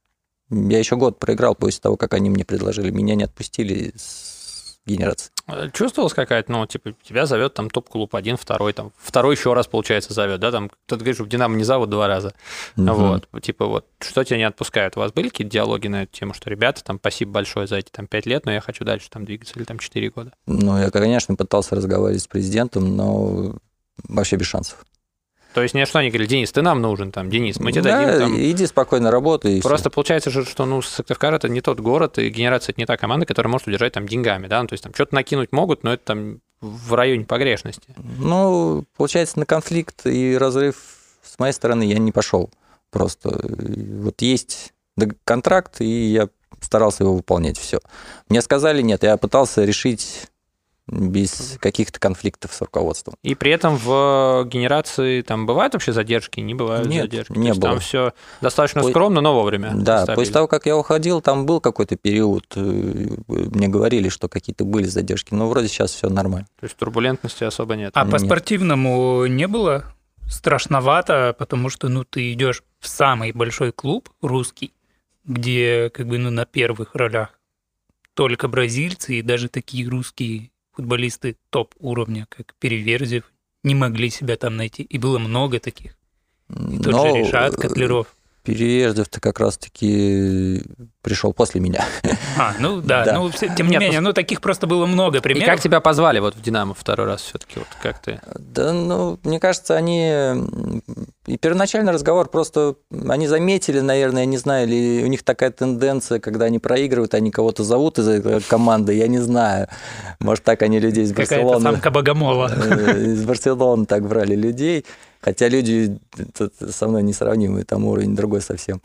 Я еще год проиграл после того, как они мне предложили. Меня не отпустили с генерации. Чувствовалась какая-то, ну, типа, тебя зовет там топ-клуб 1, 2, там, второй еще раз, получается, зовет, да, там, кто-то говорит, что в «Динамо» не зовут 2 раза. Вот, типа, вот, что тебя не отпускают? У вас были какие-то диалоги на эту тему, что, ребята, там, спасибо большое за эти, там, 5 лет, но я хочу дальше там двигаться, или там 4 года? Ну, я, конечно, пытался разговаривать с президентом, но вообще без шансов. То есть, что они говорили, Денис, ты нам нужен, там, Денис, мы тебе дадим... Там... иди спокойно работай. Просто получается же, что, ну, Сыктывкар – это не тот город, и генерация – это не та команда, которая может удержать там деньгами, да, ну, то есть, там, что-то накинуть могут, но это там в районе погрешности. Ну, получается, на конфликт и разрыв с моей стороны я не пошел. Просто вот есть контракт, и я старался его выполнять, все. Мне сказали нет, я пытался решить... без каких-то конфликтов с руководством. И при этом в генерации там бывают вообще задержки, не бывают задержки? Не было. Там все достаточно скромно, но вовремя. Да, стабильно. После того, как я уходил, там был какой-то период, мне говорили, что какие-то были задержки, но вроде сейчас все нормально. То есть турбулентности особо нет? А по спортивному не было страшновато, потому что, ну, ты идешь в самый большой клуб русский, где, как бы, ну, на первых ролях только бразильцы и даже такие русские футболисты топ-уровня, как Переверзев, не могли себя там найти. И было много таких. И тот же Ришат Котляров. Переверзев-то как раз-таки пришел после меня. Ну да. Ну, тем не менее, таких просто было много примеров. И как тебя позвали вот в «Динамо» второй раз все-таки? Вот как ты? Да, ну, мне кажется, они... И первоначальный разговор просто... Они заметили, наверное, я не знаю, или у них такая тенденция, когда они проигрывают, они кого-то зовут из этой команды, я не знаю. Может, так они людей из Барселоны... Какая-то самка Богомола. Из Барселоны так брали людей. Хотя люди со мной несравнимые, там уровень другой совсем.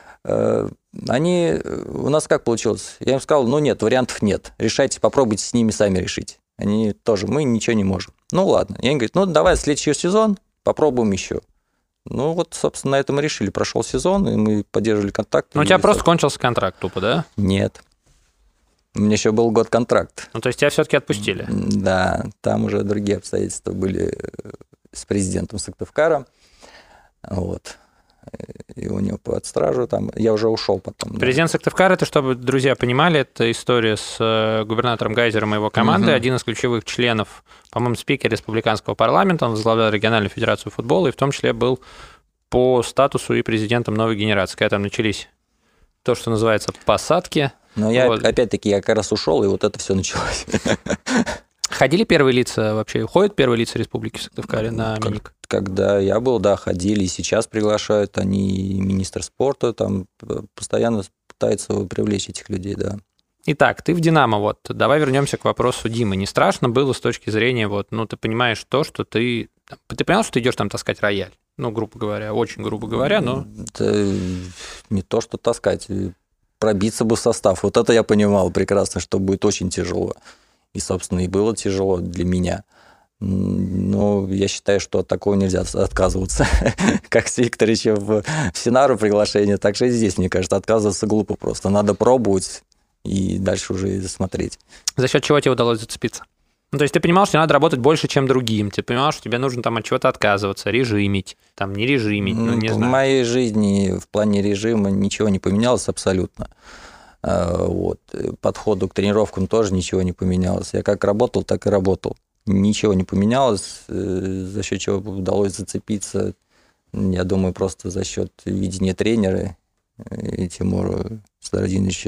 Они... У нас как получилось? Я им сказал, ну нет, вариантов нет. Решайте, попробуйте с ними сами решить. Они тоже, мы ничего не можем. Ну ладно. И они говорят, ну давай следующий сезон попробуем еще. Ну вот, собственно, на этом и решили. Прошел сезон, и мы поддерживали контакт. Ну у тебя просто кончился контракт тупо, да? Нет. У меня еще был год контракт. Ну то есть тебя все-таки отпустили? Да, там уже другие обстоятельства были с президентом Сыктывкара. Вот. и у него под стражу там. Я уже ушел потом. Президент Сыктывкара, это, чтобы друзья понимали, это история с губернатором Гайзером и его командой. Один из ключевых членов, по-моему, спикер республиканского парламента, он возглавлял региональную федерацию футбола и в том числе был по статусу и президентом новой генерации, когда там начались то, что называется посадки. Но опять-таки, я как раз ушел, и вот это все началось. Ходили первые лица вообще? Ходят первые лица республики в Сыктывкаре на МИНИК? Когда я был, да, ходили, и сейчас приглашают, они министр спорта, там постоянно пытаются привлечь этих людей, да. Итак, ты в «Динамо», вот, давай вернемся к вопросу Димы. Не страшно было с точки зрения, вот, ну, ты понимаешь то, что ты понял, что ты идешь там таскать рояль? Ну, грубо говоря, очень грубо говоря, но... Это не то, что таскать, пробиться бы в состав. Вот это я понимал прекрасно, что будет очень тяжело. И, собственно, и было тяжело для меня. Но я считаю, что от такого нельзя отказываться. Как с Викторовичем в Синару приглашение, так же и здесь, мне кажется, отказываться глупо просто. Надо пробовать и дальше уже смотреть. За счет чего тебе удалось зацепиться? Ну, то есть ты понимал, что надо работать больше, чем другим. Ты понимал, что тебе нужно там от чего-то отказываться, режимить, там не режимить, ну, не знаю. В моей жизни в плане режима ничего не поменялось абсолютно. Вот. Подходу к тренировкам тоже ничего не поменялось. Я как работал, так и работал. Ничего не поменялось, за счет чего удалось зацепиться, я думаю, просто за счет видения тренера Тимура Стародиновича,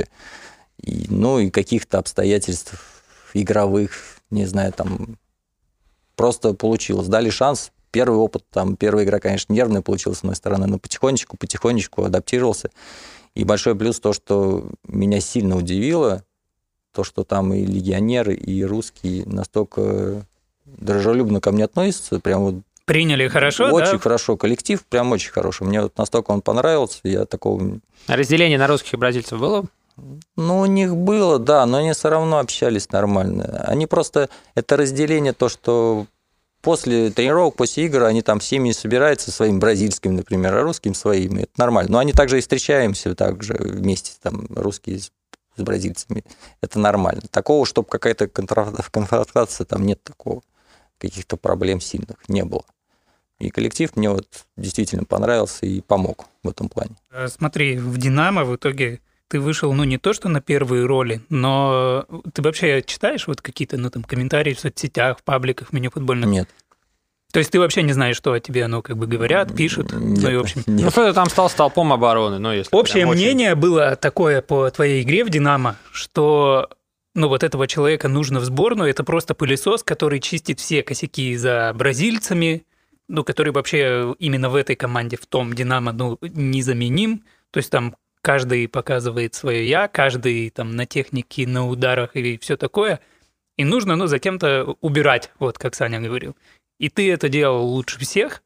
и каких-то обстоятельств игровых, не знаю, там просто получилось. Дали шанс, первый опыт, там первая игра, конечно, нервная получилась с моей стороны, но потихонечку адаптировался. И большой плюс то, что меня сильно удивило, то, что там и легионеры, и русские настолько дружелюбно ко мне относятся, прям вот приняли хорошо, очень хорошо, коллектив прям очень хороший. Мне вот настолько он понравился, я такого... А разделение на русских и бразильцев было? Ну, у них было, да, но они все равно общались нормально. Они просто... Это разделение, то, что после тренировок, после игр, они там семьи собираются своим бразильским, например, а русским своими. Это нормально. Но они также и встречаемся также вместе, там, русские с бразильцами. Это нормально. Такого, чтобы какая-то конфронтация, там нет такого. Каких-то проблем сильных не было. И коллектив мне вот действительно понравился и помог в этом плане. Смотри, в «Динамо» в итоге ты вышел, ну, не то что на первые роли, но ты вообще читаешь вот какие-то, ну, там, комментарии в соцсетях, в пабликах мини-футбольных? Нет. То есть ты вообще не знаешь, что о тебе, ну, как бы говорят, пишут? Нет, ну, и в общем... нет. Ну, что ты там стал столпом обороны, ну, если... Общее мнение было такое по твоей игре в «Динамо», что... Ну, вот этого человека нужно в сборную. Это просто пылесос, который чистит все косяки за бразильцами, ну, который вообще именно в этой команде, в том «Динамо», ну, незаменим. То есть там каждый показывает свое «я», каждый там на технике, на ударах и все такое. И нужно, ну, за кем-то убирать, вот как Саня говорил. И ты это делал лучше всех,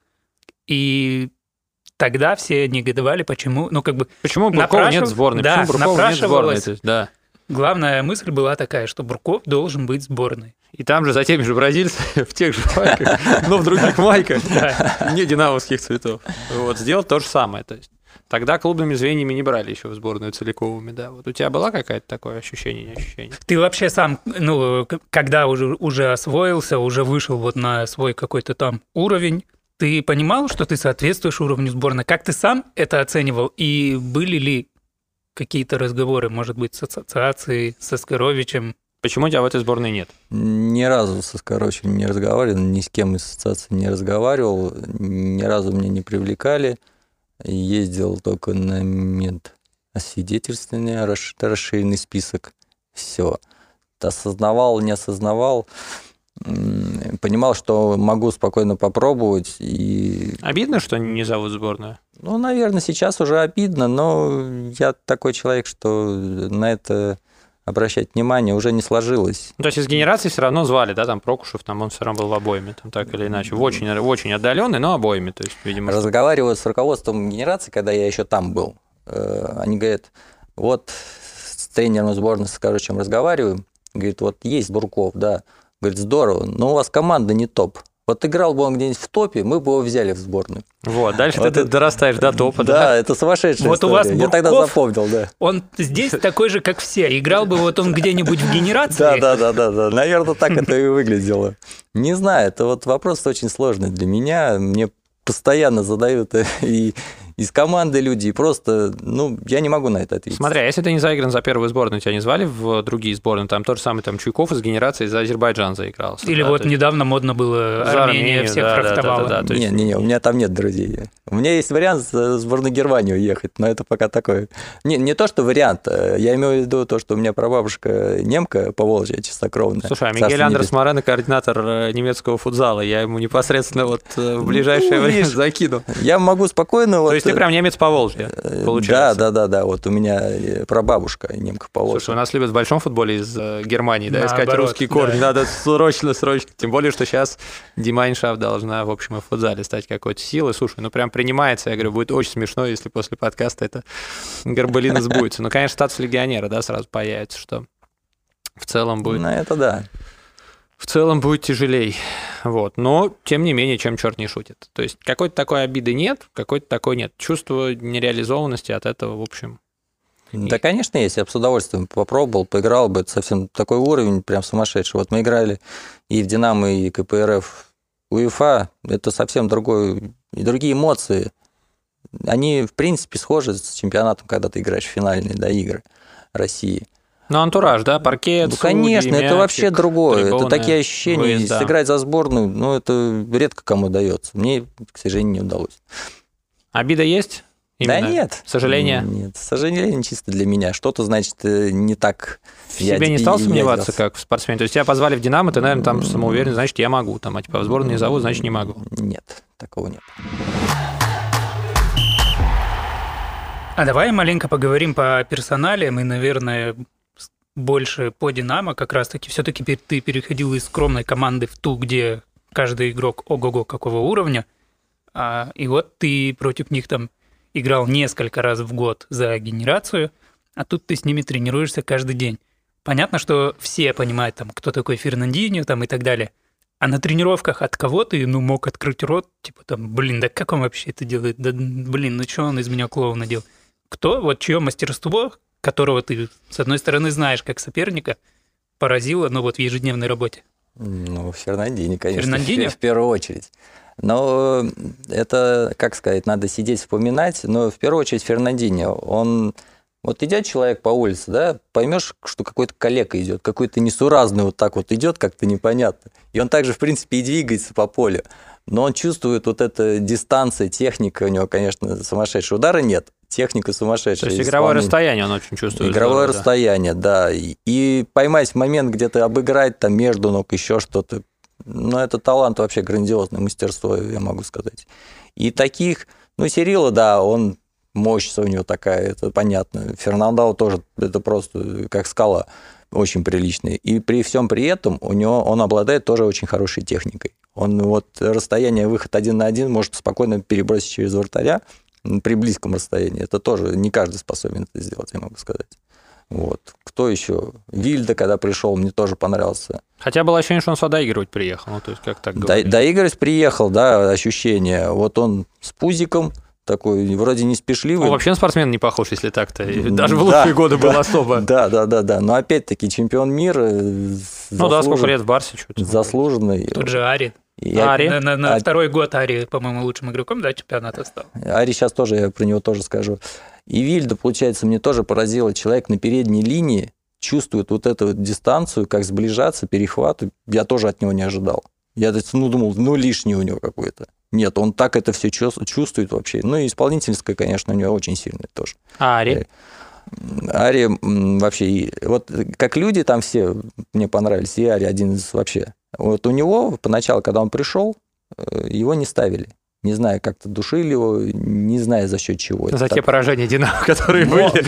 и тогда все негодовали, почему... Ну, как бы... Почему Буркова нет в сборной? Да, почему Буркова нет в сборной? То есть, да. Главная мысль была такая, что Бурков должен быть в сборной. И там же за теми же бразильцами, в тех же майках, но в других майках, не динамовских цветов. Вот, сделать то же самое. То есть тогда клубными звеньями не брали еще в сборную целиковыми, да. Вот у тебя было какое-то такое ощущение, не ощущение? Ты вообще сам, ну, когда уже освоился, уже вышел вот на свой какой-то там уровень, ты понимал, что ты соответствуешь уровню сборной? Как ты сам это оценивал? И были ли какие-то разговоры, может быть, с ассоциацией, со Скоровичем? Почему у тебя в этой сборной нет? Ни разу со Скоровичем не разговаривал, ни с кем из ассоциации не разговаривал, ни разу меня не привлекали. Ездил только на медосвидетельствование, расширенный список. Все. Осознавал, не осознавал. Понимал, что могу спокойно попробовать. И... Обидно, что не зовут сборную? Ну, наверное, сейчас уже обидно, но я такой человек, что на это обращать внимание уже не сложилось. То есть из генерации все равно звали, да, там Прокушев, там он все равно был в обойме, там так или иначе, в очень отдаленный, но обойме, то есть, видимо. Разговариваю с руководством генерации, когда я еще там был, они говорят, вот с тренером сборной, с Корочем разговариваем, говорит, вот есть Бурков, да, говорит, здорово, но у вас команда не топ. Вот играл бы он где-нибудь в топе, мы бы его взяли в сборную. Вот, дальше вот ты дорастаешь до топа, да? Да, это сумасшедшая вот история. У вас Бурков, я тогда запомнил, да. Он здесь такой же, как все. Играл бы вот он где-нибудь в генерации. Да. Наверное, так это и выглядело. Не знаю, это вот вопрос очень сложный для меня. Мне постоянно задают и из команды люди, и просто, я не могу на это ответить. Смотри, а если ты не заигран за первую сборную, тебя не звали в другие сборные? Там тот же самый там Чуйков из генерации за Азербайджан заиграл. Или вот недавно модно было, Армения всех фрахтовала. Не, у меня там нет друзей. У меня есть вариант в сборную Германии уехать, но это пока такой... Не то, что вариант, я имею в виду то, что у меня прабабушка немка Поволжья, чистокровная. Слушай, а Мигель Андрес Морено координатор немецкого футзала, я ему непосредственно вот в ближайшее время закину. Я могу спокойно... То есть ты прям немец Поволжья, получается? Да, вот у меня прабабушка немка Поволжья. Слушай, у нас любят в большом футболе из Германии, да, искать русские корни, надо срочно, тем более, что сейчас Димайншафт должна, в общем, и в футзале стать какой-то силой. Слушай, прям принимается, я говорю, будет очень смешно, если после подкаста это горбылина сбудется. Конечно, статус легионера, да, сразу появится, что в целом будет... это да. В целом будет тяжелей. Вот. Но, тем не менее, чем черт не шутит. То есть какой-то такой обиды нет, какой-то такой нет. Чувство нереализованности от этого, в общем... Да, конечно, есть. Я бы с удовольствием попробовал, поиграл бы. Это совсем такой уровень прям сумасшедший. Вот мы играли и в «Динамо», и КПРФ УЕФА. Это совсем другие эмоции. Они, в принципе, схожи с чемпионатом, когда ты играешь в финальные игры России. Ну, антураж, да, паркет, судьи, конечно, мячик, это вообще другое. трибуны, Это такие ощущения. выезда. Сыграть за сборную, это редко кому удается. Мне, к сожалению, не удалось. Обида есть? Именно? Да нет. Сожаление? Нет, сожаление чисто для меня. Что-то, значит, не так. В себе не стал сомневаться, как в спортсмене? То есть тебя позвали в «Динамо», ты, наверное, там самоуверен, значит, я могу. Там, а типа в сборную не зовут, значит, не могу. Нет, такого нет. А давай маленько поговорим по персоналиям и, наверное, больше по «Динамо». Как раз-таки все-таки ты переходил из скромной команды в ту, где каждый игрок ого-го какого уровня. И вот ты против них там играл несколько раз в год за генерацию, а тут ты с ними тренируешься каждый день. Понятно, что все понимают, там, кто такой Фернандиньо там, и так далее. А на тренировках от кого ты мог открыть рот, типа там, да как он вообще это делает? Да что он из меня клоуна делал? Кто, вот чье мастерство, которого ты, с одной стороны, знаешь как соперника, поразило, в ежедневной работе? Фернандиньо, конечно, Фернандиньо? в первую очередь. Но это, как сказать, надо сидеть, вспоминать. Но в первую очередь Фернандиньо, он... Вот идет человек по улице, да, поймешь, что какой-то калека идет, какой-то несуразный вот так вот идет, как-то непонятно. И он также, в принципе, и двигается по полю. Но он чувствует вот эта дистанция, техника у него, конечно, сумасшедшая. Удара нет, техника сумасшедшая. То есть игровое расстояние он очень чувствует. Игровое расстояние, да. И поймать момент где-то, обыграть там между ног, еще что-то. Это талант вообще грандиозное мастерство, я могу сказать. И таких, Сирилла, да, он... Мощь у него такая, это понятно. Фернандо тоже, это просто как скала, очень приличный. И при всем при этом он обладает тоже очень хорошей техникой. Он расстояние, выход 1 на 1 может спокойно перебросить через вратаря при близком расстоянии. Это тоже не каждый способен это сделать, я могу сказать. Кто еще? Вильда, когда пришел, мне тоже понравился. Хотя было ощущение, что он сюда доигрывать приехал. То есть как так говорить? Доигрывать приехал, да, ощущение. Он с пузиком, такой вроде не спешливый. Он вообще на спортсмена не похож, если так-то. Даже в лучшие годы был особо. Да. Но опять-таки чемпион мира. Сколько лет в Барсе. Заслуженный. Тут же Ари. На второй год Ари, по-моему, лучшим игроком, чемпионата стал. Ари сейчас тоже, я про него тоже скажу. И Вильда, получается, мне тоже поразило. Человек на передней линии чувствует эту дистанцию, как сближаться, перехват. Я тоже от него не ожидал. Я думал, лишний у него какой-то. Нет, он так это все чувствует вообще. И исполнительская, конечно, у него очень сильная тоже. А Ари? Ари вообще... как люди там все мне понравились, и Ари один из вообще. У него поначалу, когда он пришел, его не ставили. Не знаю, как-то душили его, не знаю, за счет чего. За те поражения «Динамо», которые были.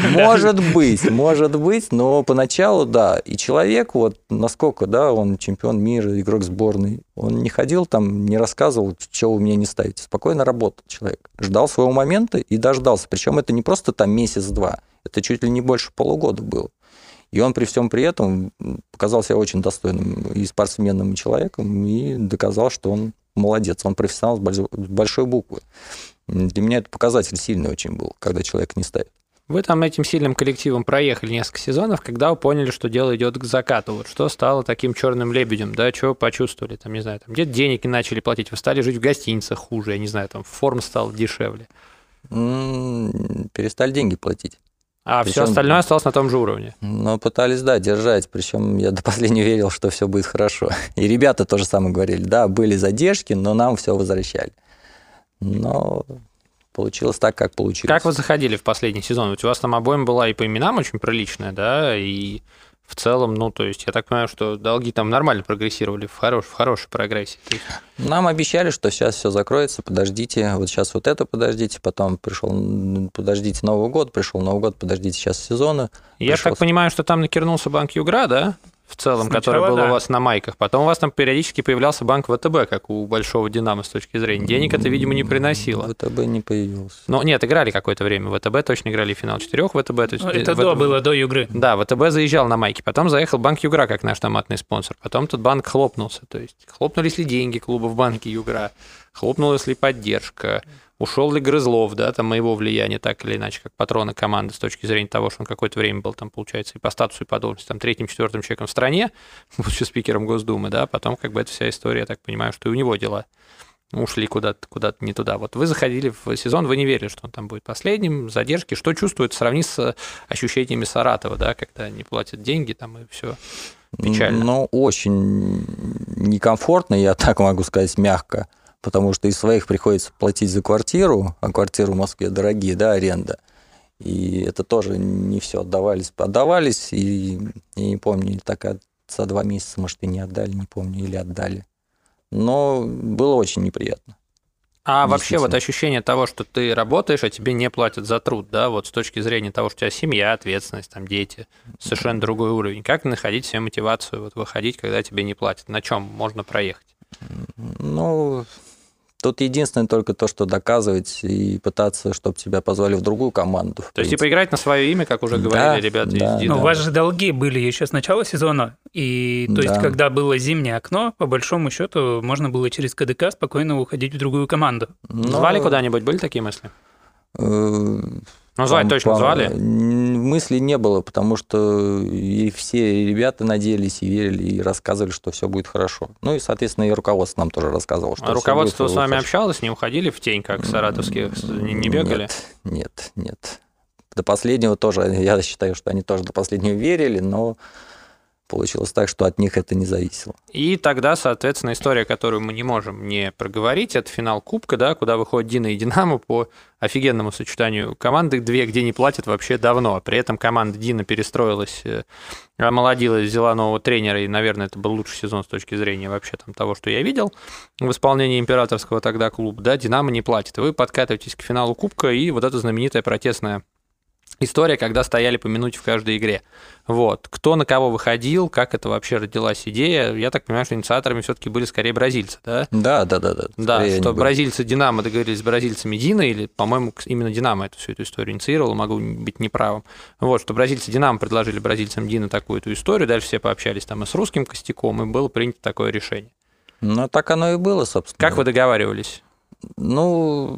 Может быть, но поначалу, да. И человек, насколько, да, он чемпион мира, игрок сборной, он не ходил там, не рассказывал, чего вы меня не ставите. Спокойно работал человек. Ждал своего момента и дождался. Причем это не просто там месяц-два, это чуть ли не больше полугода было. И он при всем при этом показал себя очень достойным и спортсменным человеком, и доказал, что он молодец, он профессионал с большой буквы. Для меня это показатель сильный очень был, когда человек не ставит. Вы там этим сильным коллективом проехали несколько сезонов, когда вы поняли, что дело идет к закату. Что стало таким черным лебедем, да, чего почувствовали, там, не знаю, где-то денег не начали платить, вы стали жить в гостиницах хуже, я не знаю, там форма стала дешевле. Перестали деньги платить. А все остальное осталось на том же уровне. Но пытались, да, держать. Причем я до последнего верил, что все будет хорошо. И ребята тоже самое говорили. Да, были задержки, но нам все возвращали. Но получилось так, как получилось. Как вы заходили в последний сезон? Ведь у вас там обоим была и по именам очень приличная, да, и в целом, ну, то есть, я так понимаю, что долги там нормально прогрессировали, в хорошей прогрессии. Нам обещали, что сейчас все закроется, подождите, вот сейчас вот это подождите, потом подождите Новый год, пришел Новый год, подождите сейчас сезона. Я так понимаю, что там накернулся банк Югра, да? В целом, Сначала, который был да. у вас на майках. Потом у вас там периодически появлялся банк ВТБ, как у большого Динамо с точки зрения. Денег это, видимо, не приносило. ВТБ не появился. Но нет, играли какое-то время. ВТБ точно играли в финал 4 ВТБ. То есть, Это было до Югры. Да, ВТБ заезжал на майки. Потом заехал банк Югра как наш томатный спонсор. Потом тут банк хлопнулся. То есть хлопнулись ли деньги клуба в банке Югра? Хлопнулась ли поддержка? Ушел ли Грызлов, да, там моего влияния так или иначе, как патрона команды с точки зрения того, что он какое-то время был там, получается, и по статусу, и по должности, там, третьим-четвертым человеком в стране, будучи спикером Госдумы, да, потом как бы эта вся история, я так понимаю, что и у него дела ушли куда-то не туда. Вот вы заходили в сезон, вы не верили, что он там будет последним, задержки. Что чувствует, сравни с ощущениями Саратова, да, когда не платят деньги, там, и все печально. Ну, очень некомфортно, я так могу сказать, мягко. Потому что из своих приходится платить за квартиру, а квартиры в Москве дорогие, да, аренда. И это тоже не все отдавались, и я не помню, или так за 2 месяца, может, и не отдали, не помню, или отдали. Но было очень неприятно. А вообще вот ощущение того, что ты работаешь, а тебе не платят за труд, да, вот с точки зрения того, что у тебя семья, ответственность, там дети, совершенно другой уровень. Как находить себе мотивацию, вот выходить, когда тебе не платят? На чем можно проехать? Ну, тут единственное только то, что доказывать и пытаться, чтобы тебя позвали в другую команду. То есть, типа, играть на свое имя, как уже говорили ребята из Но Динамо. у вас же долги были еще с начала сезона, и то есть, когда было зимнее окно, по большому счету, можно было через КДК спокойно уходить в другую команду. Звали куда-нибудь? Были такие мысли? Ну, звать точно звали? Мыслей не было, потому что и все ребята надеялись и верили, и рассказывали, что все будет хорошо. Ну и, соответственно, и руководство нам тоже рассказывало, что руководство с вами хорошо. общалось, не уходили в тень, как саратовские, не бегали? Нет. До последнего тоже, я считаю, что они тоже до последнего верили, но получилось так, что от них это не зависело. И тогда, соответственно, история, которую мы не можем не проговорить, это финал Кубка, да, куда выходит Дина и Динамо по офигенному сочетанию команды, две, где не платят вообще давно. При этом команда Дина перестроилась, омолодилась, взяла нового тренера, и, наверное, это был лучший сезон с точки зрения вообще там того, что я видел в исполнении императорского тогда клуба. Да, Динамо не платит. Вы подкатываетесь к финалу Кубка, и вот эта знаменитая протестная история, когда стояли по минуте в каждой игре. Вот. Кто на кого выходил, как это вообще родилась идея. Я так понимаю, что инициаторами все-таки были скорее бразильцы, да? Да. Да, что бразильцы Динамо договорились с бразильцами Дина, или, по-моему, именно Динамо всю эту историю инициировал, могу быть неправым. Вот, что бразильцы Динамо предложили бразильцам Дина такую эту историю, дальше все пообщались там и с русским костяком, и было принято такое решение. Ну, так оно и было, собственно. Как вы договаривались? Ну,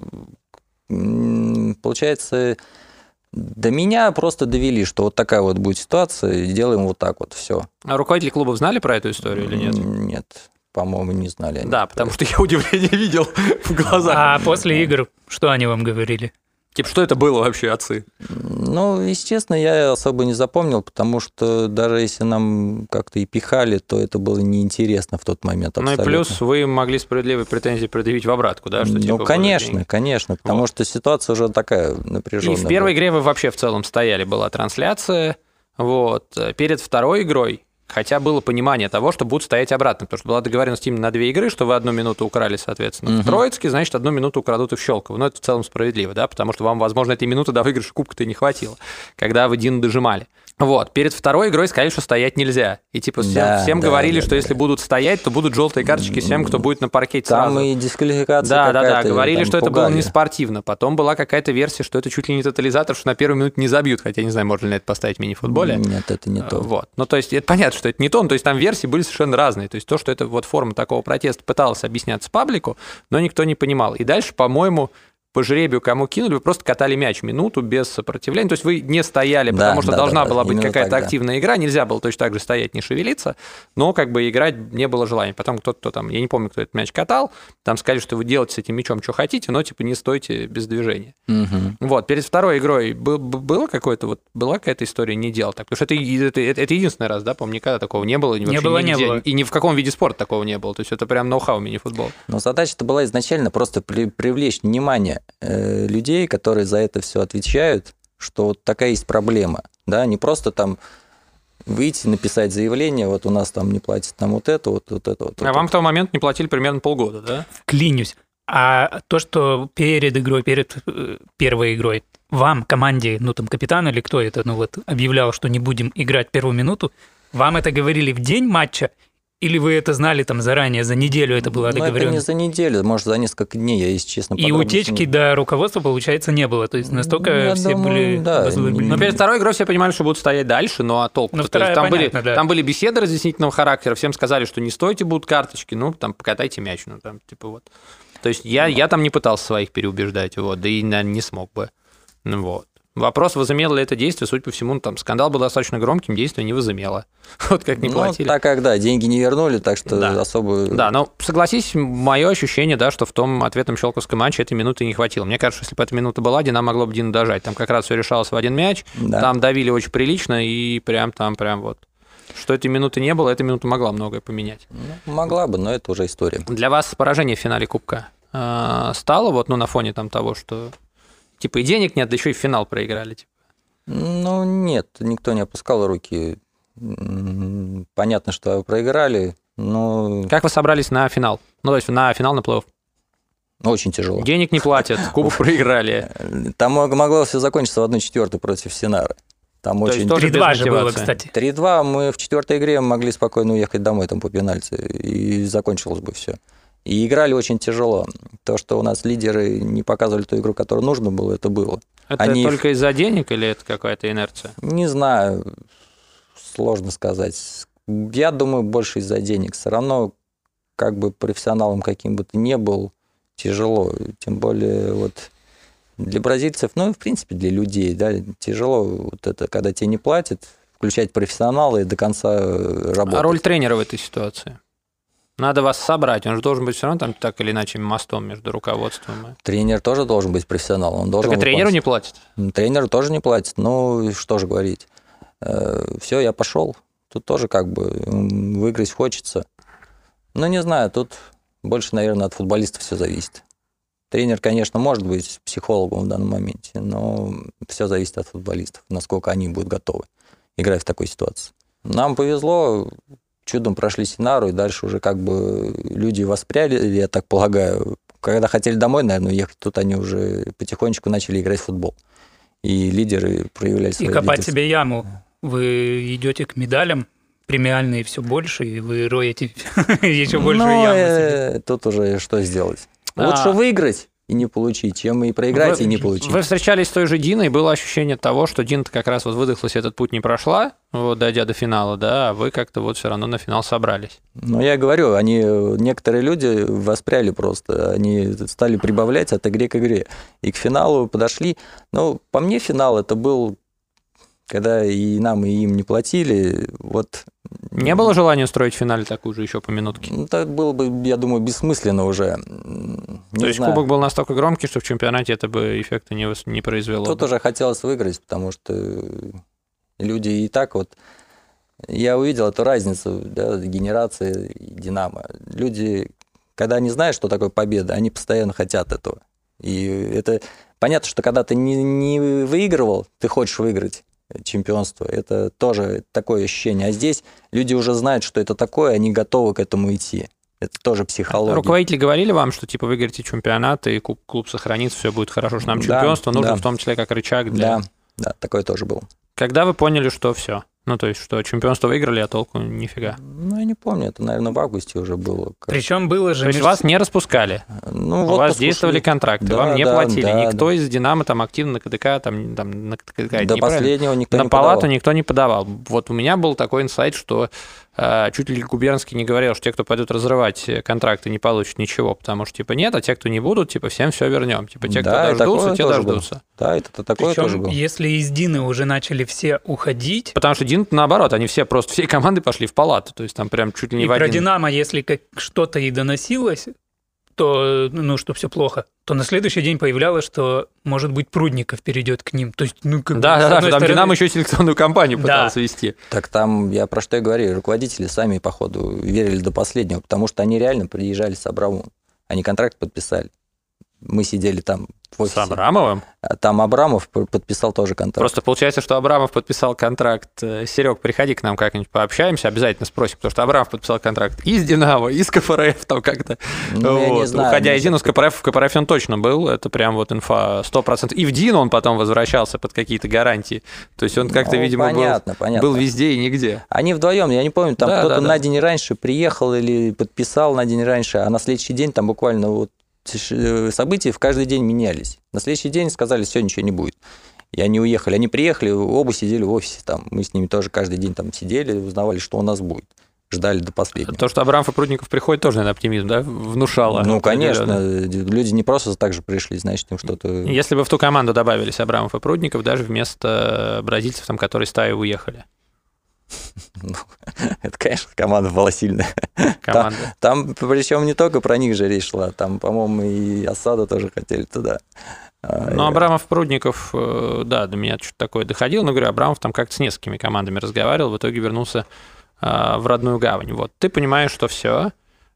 получается, до меня просто довели, что вот такая вот будет ситуация, и делаем вот так вот, все. А руководители клубов знали про эту историю или нет? Нет, по-моему, не знали. Да, потому что я удивление видел в глазах. А после игр что они вам говорили? Типа, что это было вообще, отцы? Ну, естественно, я особо не запомнил, потому что даже если нам как-то и пихали, то это было неинтересно в тот момент абсолютно. Ну и плюс вы могли справедливые претензии предъявить в обратку, да? Что, ну, конечно, потому что ситуация уже такая напряженная. И в первой игре вы вообще в целом стояли, была трансляция, вот. Перед второй игрой, хотя было понимание того, что будут стоять обратно, потому что была договоренность именно на 2 игры, что вы 1 минуту украли, соответственно, в Троицке, значит, 1 минуту украдут и в Щелково. Но это в целом справедливо, да, потому что вам, возможно, этой минуты до выигрыша кубка-то и не хватило, когда вы Дину дожимали. Вот, перед второй игрой сказали, что стоять нельзя. И типа всем говорили, что если будут стоять, то будут желтые карточки всем, кто будет на паркете сразу. Там и дисквалификация Да, говорили, что это было не спортивно. Потом была какая-то версия, что это чуть ли не тотализатор, что на первую минуту не забьют, хотя не знаю, можно ли это поставить в мини-футболе. Нет, это не то. Вот. Ну, то есть, это понятно, что это не то, то есть там версии были совершенно разные. То есть то, что это вот форма такого протеста пыталась объясняться паблику, но никто не понимал. И дальше, по-моему, по жребию кому кинули, вы просто катали мяч минуту без сопротивления. То есть вы не стояли, потому что должна была быть какая-то активная игра, нельзя было точно так же стоять, не шевелиться, но как бы играть не было желания. Потом кто-то там, я не помню, кто этот мяч катал, там сказали, что вы делаете с этим мячом, что хотите, но типа не стойте без движения. Вот, перед второй игрой была какая-то история не делать так? Потому что это единственный раз, да, помню, никогда такого не было. Не было. И ни в каком виде спорта такого не было. То есть это прям ноу-хау мини-футбол. Но задача-то была изначально просто привлечь внимание людей, которые за это все отвечают, что вот такая есть проблема. Да? Не просто там выйти, написать заявление, вот у нас там не платят нам вот это, вот это. А вам в тот момент не платили примерно полгода, да? Клянусь. А то, что перед игрой, перед первой игрой, вам, команде, ну там капитан или кто это, объявлял, что не будем играть первую минуту, вам это говорили в день матча? Или вы это знали там заранее, за неделю это была договоренность? Это не за неделю, может, за несколько дней, я, если честно, и утечки до руководства, получается, не было. То есть настолько все были возлюблены. Но перед второй игрой все понимали, что будут стоять дальше, но а толку? Там были беседы разъяснительного характера, всем сказали, что не стойте, будут карточки, там покатайте мяч, там типа вот. То есть я там не пытался своих переубеждать, вот, да и не смог бы. Вот. Вопрос, возымело ли это действие, судя по всему, там скандал был достаточно громким, действие не возымело. Вот как не платили. Так как, да, деньги не вернули, так что особо... Да, но согласись, мое ощущение, да, что в том ответном щелковском матче этой минуты не хватило. Мне кажется, если бы эта минута была, Динамо могло бы Дину дожать. Там как раз все решалось в один мяч, там давили очень прилично, и прям вот. Что этой минуты не было, эта минута могла многое поменять. Могла бы, но это уже история. Для вас поражение в финале Кубка стало вот, на фоне там того, что... Типа и денег нет, да еще и в финал проиграли. Типа. Нет, никто не опускал руки. Понятно, что проиграли, но... Как вы собрались на финал? То есть на финал, на плей-офф? Очень тяжело. Денег не платят, кубок проиграли. Там могло все закончиться в 1/4 против Синары. Там то очень... 3-2 же было, кстати. 3-2, мы в 4-й игре могли спокойно уехать домой там по пенальти, и закончилось бы все. И играли очень тяжело. То, что у нас лидеры не показывали ту игру, которую нужно было, это было. Это только из-за денег или это какая-то инерция? Не знаю, сложно сказать. Я думаю, больше из-за денег. Все равно, как бы профессионалом каким бы ты ни был, тяжело. Тем более вот для бразильцев, в принципе, для людей, да, тяжело вот это, когда тебе не платят, включать профессионала и до конца работать. А роль тренера в этой ситуации? Надо вас собрать, он же должен быть все равно там так или иначе мостом между руководством. Тренер тоже должен быть профессионалом. Он должен так и тренеру не платят? Тренеру тоже не платят, что же говорить. Все, я пошел. Тут тоже как бы выиграть хочется. Не знаю, тут больше, наверное, от футболистов все зависит. Тренер, конечно, может быть психологом в данном моменте, но все зависит от футболистов, насколько они будут готовы играть в такой ситуации. Нам повезло, чудом прошли Синару, и дальше уже как бы люди воспряли, я так полагаю. Когда хотели домой, наверное, уехать, тут они уже потихонечку начали играть в футбол. И лидеры проявляли свои лидерство. И копать себе яму. Вы идете к медалям, премиальные все больше, и вы роете еще больше ямы. Тут уже что сделать? Лучше выиграть и не получить, чем и проиграть, и не получить. Вы встречались с той же Диной, и было ощущение того, что Дина-то как раз вот выдохлась, этот путь не прошла, вот, дойдя до финала, да, а вы как-то вот все равно на финал собрались. Я говорю, некоторые люди воспряли просто, они стали прибавлять от игры к игре, и к финалу подошли. По мне финал это был, когда и нам, и им не платили, вот... Не было желания устроить в финале такую же еще по минутке? Это было бы, я думаю, бессмысленно уже. То есть кубок был настолько громкий, что в чемпионате это бы эффекта не произвело? Тут уже хотелось выиграть, потому что люди и так вот... Я увидел эту разницу, да, генерации и Динамо. Люди, когда они знают, что такое победа, они постоянно хотят этого. И это понятно, что когда ты не выигрывал, ты хочешь выиграть чемпионство. Это тоже такое ощущение. А здесь люди уже знают, что это такое, они готовы к этому идти. Это тоже психология. Руководители говорили вам, что типа выиграете чемпионат, и клуб сохранится, все будет хорошо, что нам чемпионство нужно в том числе как рычаг для... Да, такое тоже было. Когда вы поняли, что все, Ну, то есть, что чемпионство выиграли, а толку нифига. Ну, я не помню, это, наверное, в августе уже было. Причем было же... То есть вас не распускали? Ну, У вас действовали контракты, Да, вам не да, платили. да, Никто из «Динамо» там активно на КДК, там на КДК, до последнего никто на не палату подавал. никто не подавал. Вот у меня был такой инсайт, что чуть ли Губернский не говорил, что те, кто пойдут разрывать контракты, не получат ничего, потому что, типа, нет, а те, кто не будут, типа, всем все вернем. Типа, те, кто Да, и дождутся, такое те тоже дождутся. Да, это такое тоже Причем, было. если из Дины уже начали все уходить, Потому что Дин, наоборот, они все просто, всей команды пошли в палату, то есть там прям чуть ли не и в про один... Динамо, если что-то и доносилось, то, ну, что все плохо, то на следующий день появлялось, что, может быть, Прудников перейдет к ним. То есть, ну, как бы, с Да, одной что там стороны- Динамо еще селекционную кампанию Да. пытался вести. Так там, я про что и говорю, руководители сами, походу, верили до последнего, потому что они реально приезжали с Абрамовым. Они контракт подписали. Мы сидели там в офисе. С Абрамовым? А там Абрамов подписал тоже контракт. Просто получается, что Абрамов подписал контракт. Серег, приходи к нам как-нибудь пообщаемся, обязательно спросим, потому что Абрамов подписал контракт и с «Динамо», и с КПРФ там как-то. Ну, я не Вот. знаю, Уходя мне из Дина, в КПРФ он точно был, это прям вот инфа 100%. И в Дин он потом возвращался под какие-то гарантии. То есть он как-то, Ну, видимо, понятно. был везде и нигде. Они вдвоем, я не помню, там Да, кто-то да. на день раньше приехал или подписал на день раньше, а на следующий день там буквально вот события в каждый день менялись. На следующий день сказали, все, ничего не будет. И они уехали. Они приехали, оба сидели в офисе там. Мы с ними тоже каждый день там сидели, узнавали, что у нас будет. Ждали до последнего. То, что Абрамов и Прудников приходят, тоже, наверное, оптимизм, да, внушало. Ну, конечно, определенно. люди не просто так же пришли, значит, им что-то... Если бы в ту команду добавились Абрамов и Прудников, даже вместо бразильцев, там, которые стаи уехали. Ну, это, конечно, команда была сильная. Команда. Там, причем не только про них же речь шла, там, по-моему, и Осада тоже хотели туда. Ну, Абрамов, Прудников, да, до меня что-то такое доходило, но, говорю, Абрамов там как-то с несколькими командами разговаривал, в итоге вернулся в родную гавань. Вот, ты понимаешь, что все.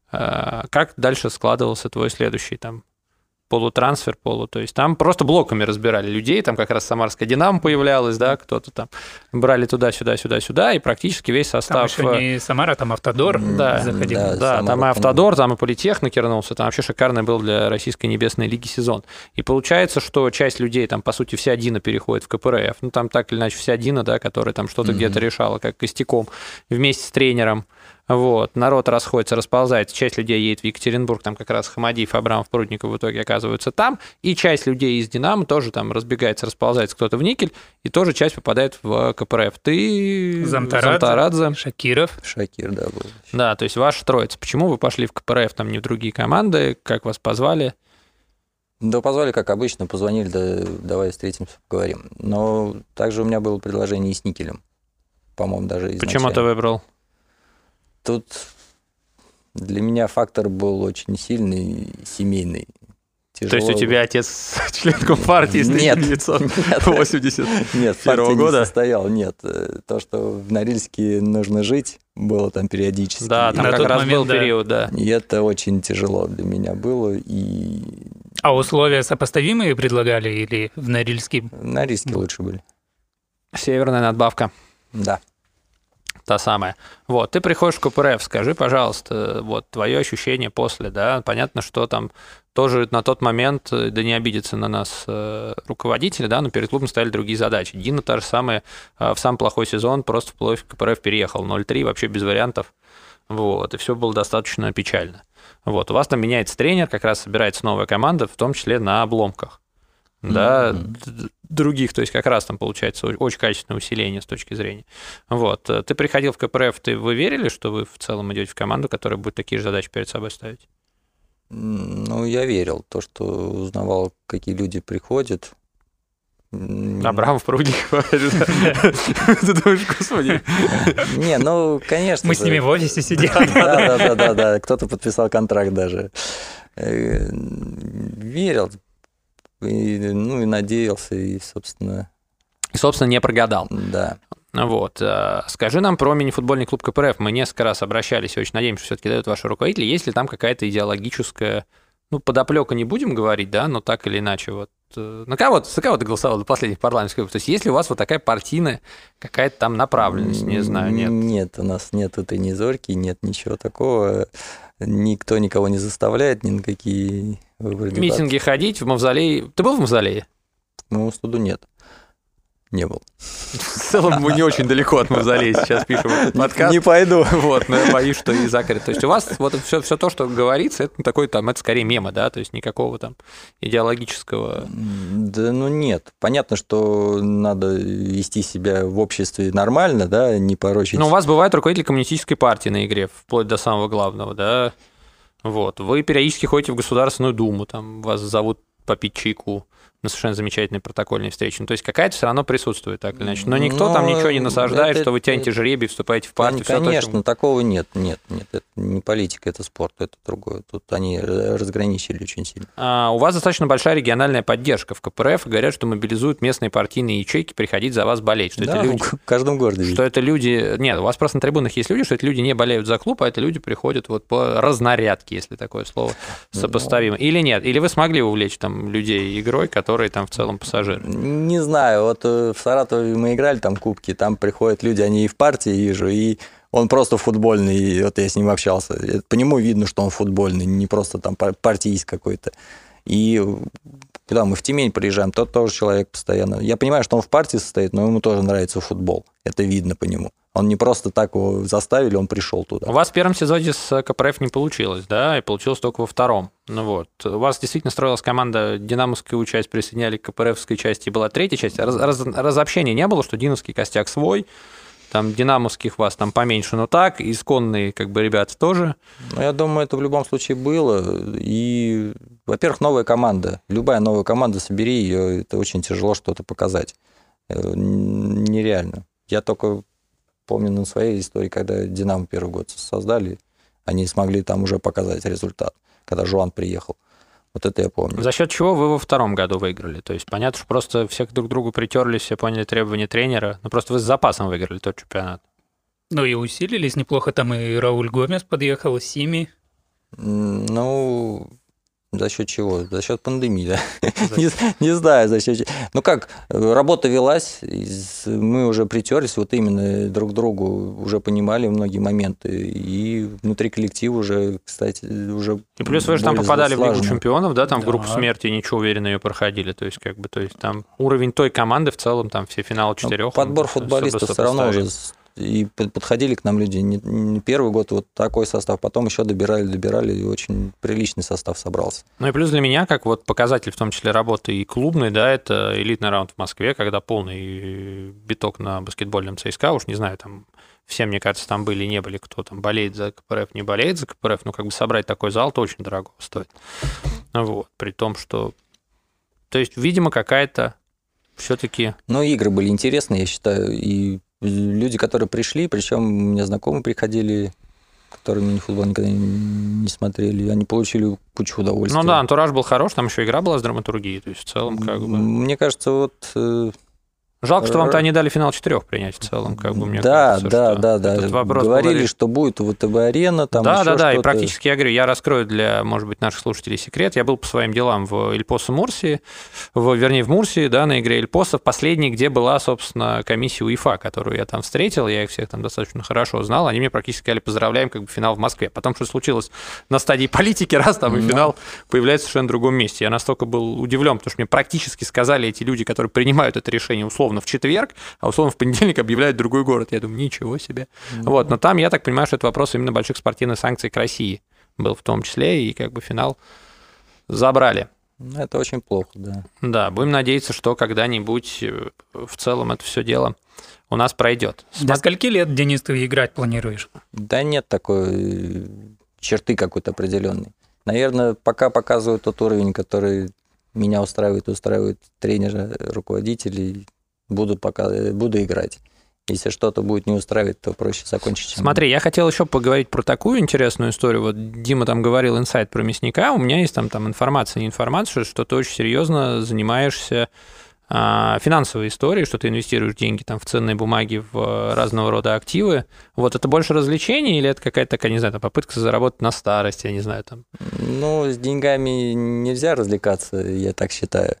Как дальше складывался твой следующий там полутрансфер, то есть там просто блоками разбирали людей, там как раз Самарская «Динамо» появлялась, да, кто-то там брали туда-сюда, и практически весь Там состав... еще не Самара, там Автодор Да, заходил. да. там и Самара, Автодор, там и Политех накернулся, там вообще шикарный был для Российской Небесной Лиги сезон. И получается, что часть людей, там, по сути, вся Дина переходит в КПРФ, ну, там так или иначе вся Дина, да, которая там что-то где-то решала, как костяком, вместе с тренером. Вот, народ расходится, расползается, часть людей едет в Екатеринбург, там как раз Хамадиев, Абрамов, Прудников в итоге оказываются там, и часть людей из «Динамо» тоже там разбегается, расползается кто-то в Никель, и тоже часть попадает в КПРФ. Ты, Замтарадзе, Шакиров. Шакир, да, был. да, то есть ваша троица. Почему вы пошли в КПРФ, там не в другие команды, как вас позвали? Да, позвали, как обычно, позвонили, да, давай встретимся, поговорим. Но также у меня было предложение и с Никелем, по-моему, даже изначально. Почему ты выбрал? Тут для меня фактор был очень сильный, семейный. То есть у тебя отец член Компартии с Нет, 1981 года? Не состоял, нет. То, что в Норильске нужно жить, было там периодически. Да, там На как тот раз момент, был да. период, да. И это очень тяжело для меня было. И А условия сопоставимые предлагали или в Норильске? в Норильске лучше были. Северная надбавка. Да. Та самая. Вот, ты приходишь в КПРФ, скажи, пожалуйста, вот твое ощущение после, да, понятно, что там тоже на тот момент, да не обидятся на нас руководители, да, но перед клубом стояли другие задачи. Дина та же самая, в самый плохой сезон просто вплоть в КПРФ переехал, 0-3, вообще без вариантов, вот, и все было достаточно печально. Вот, у вас там меняется тренер, как раз собирается новая команда, в том числе на обломках. Да, других, то есть как раз там получается очень качественное усиление с точки зрения. Вот, ты приходил в КПРФ, вы верили, что вы в целом идете в команду, которая будет такие же задачи перед собой ставить? Ну, я верил. То, что узнавал, какие люди приходят. Абрамов, Прудников. Ты думаешь, господи. Не, ну, конечно. Мы с ними в офисе сидели. Да. Кто-то подписал контракт даже. Верил. И надеялся, и, собственно... И, собственно, не прогадал. Да. Вот. Скажи нам про мини-футбольный клуб КПРФ. Мы несколько раз обращались, очень надеемся, что все-таки дают ваши руководители. Есть ли там какая-то идеологическая... Ну, подоплека не будем говорить, да, но так или иначе, вот... За кого ты голосовал до последних парламентских выборов? То есть есть ли у вас вот такая партийная какая-то там направленность? Не знаю, нет. Нет, у нас нет этой ни зорьки, нет ничего такого. Никто никого не заставляет ни на какие выборы. Митинги ходить в мавзолей. Ты был в мавзолее? К моему студу нет. Не был. В целом мы не очень далеко от Мавзолея сейчас пишем подкаст. Не пойду. Вот, но я боюсь, что и закрыт. То есть у вас вот все то, что говорится, это такой там, это скорее мемы, да, то есть никакого там идеологического... Да, ну нет. Понятно, что надо вести себя в обществе нормально, да, не порочить. Ну, у вас бывают руководители коммунистической партии на игре, вплоть до самого главного, да. Вот. Вы периодически ходите в Государственную Думу, там вас зовут попить чайку на совершенно замечательной протокольной встрече. Ну, то есть какая-то все равно присутствует, так или иначе. Но никто там ничего не насаждает, что вы тянете жребий, вступаете в партию. Конечно, такого нет. Это не политика, это спорт, это другое. Тут они разграничили очень сильно. У вас достаточно большая региональная поддержка в КПРФ, и говорят, что мобилизуют местные партийные ячейки приходить за вас болеть. Что да, это люди, в каждом городе. Что это люди... Нет, у вас просто на трибунах есть люди, что это люди не болеют за клуб, а это люди приходят вот по разнарядке, если такое слово сопоставимо. Или нет? Или вы смогли увлечь там людей игрой, которые там в целом пассажиры? Не знаю, вот в Саратове мы играли там кубки, там приходят люди, они и в партии вижу, и он просто футбольный, и вот я с ним общался. По нему видно, что он футбольный, не просто там партиист какой-то. И когда мы в Тюмень приезжаем, тот тоже человек постоянно. Я понимаю, что он в партии состоит, но ему тоже нравится футбол. Это видно по нему. Он не просто так его заставили, он пришел туда. У вас в первом сезоне с КПРФ не получилось, да, и получилось только во втором. Ну вот. У вас действительно строилась команда, динамовскую часть присоединяли к КПРФской части, и была третья часть. Разобщения не было, что динамовский костяк свой, там динамовских вас там поменьше, но так, исконные как бы ребята тоже. Ну, я думаю, это в любом случае было. И, во-первых, новая команда. Любая новая команда, собери ее, это очень тяжело что-то показать. Нереально. Я только помню на своей истории, когда «Динамо» первый год создали, они смогли там уже показать результат, когда Жуан приехал. Вот это я помню. За счет чего вы во втором году выиграли? То есть понятно, что просто все друг к другу притерлись, все поняли требования тренера, но просто вы с запасом выиграли тот чемпионат. Ну и усилились неплохо, там и Рауль Гомес подъехал, Сими. Ну, за счет чего? За счет пандемии, да? Не знаю, за счет чего. Ну как, работа велась, мы уже притерлись, вот именно друг другу уже понимали многие моменты, и внутри коллектива уже, кстати, уже. И плюс вы же там попадали в Лигу слаженно. Чемпионов, да, там в группу смерти, ничего уверенно ее проходили, то есть как бы, то есть там уровень той команды в целом, там все финалы 4. Подбор футболистов все равно уже. И подходили к нам люди. Не первый год вот такой состав, потом еще добирали, и очень приличный состав собрался. Ну и плюс для меня, как вот показатель, в том числе работы и клубной, да, это элитный раунд в Москве, когда полный биток на баскетбольном ЦСКА, уж не знаю, там все, мне кажется, там были и не были, кто там болеет за КПРФ, не болеет за КПРФ, но как бы собрать такой зал, то очень дорого стоит. Вот, при том, что... То есть, видимо, какая-то все-таки... Ну, игры были интересные, я считаю, и люди, которые пришли, причем у меня знакомые приходили, которые мини-футбол никогда не смотрели, они получили кучу удовольствия. Ну да, антураж был хорош, там еще игра была с драматургией, то есть в целом как бы... Мне кажется, вот... Жалко, что вам-то не дали финал 4 принять в целом, как бы мне да, кажется. Да. Говорили, что будет ВТБ-арена, там еще что-то. Да, и практически, я говорю, я раскрою для, может быть, наших слушателей секрет. Я был по своим делам в Эльпосо Мурсии, в Мурсии, да, на игре Эльпосо, в последней, где была, собственно, комиссия УЕФА, которую я там встретил, я их всех там достаточно хорошо знал, они мне практически сказали, поздравляем, как бы финал в Москве. Потом, что случилось на стадии политики, раз там и финал появляется в совершенно другом месте. Я настолько был удивлен, потому что мне практически сказали эти люди, которые принимают это решение условно в четверг, а условно в понедельник объявляют другой город. Я думаю, ничего себе. Вот, но там, я так понимаю, что это вопрос именно больших спортивных санкций к России был в том числе, и как бы финал забрали. Это очень плохо, да. Да, будем надеяться, что когда-нибудь в целом это все дело у нас пройдет. До скольки лет, Денис, ты играть планируешь? Да нет такой черты какой-то определенной. Наверное, пока показывают тот уровень, который меня устраивает тренер, руководитель, буду играть. Если что-то будет не устраивать, то проще закончить. Смотри, я хотел еще поговорить про такую интересную историю. Вот Дима там говорил инсайт про мясника. У меня есть там информация, не информация, что ты очень серьезно занимаешься финансовой историей, что ты инвестируешь деньги там в ценные бумаги, в разного рода активы. Вот это больше развлечение или это какая-то такая, не знаю, там, попытка заработать на старость, я не знаю там? Ну, с деньгами нельзя развлекаться, я так считаю.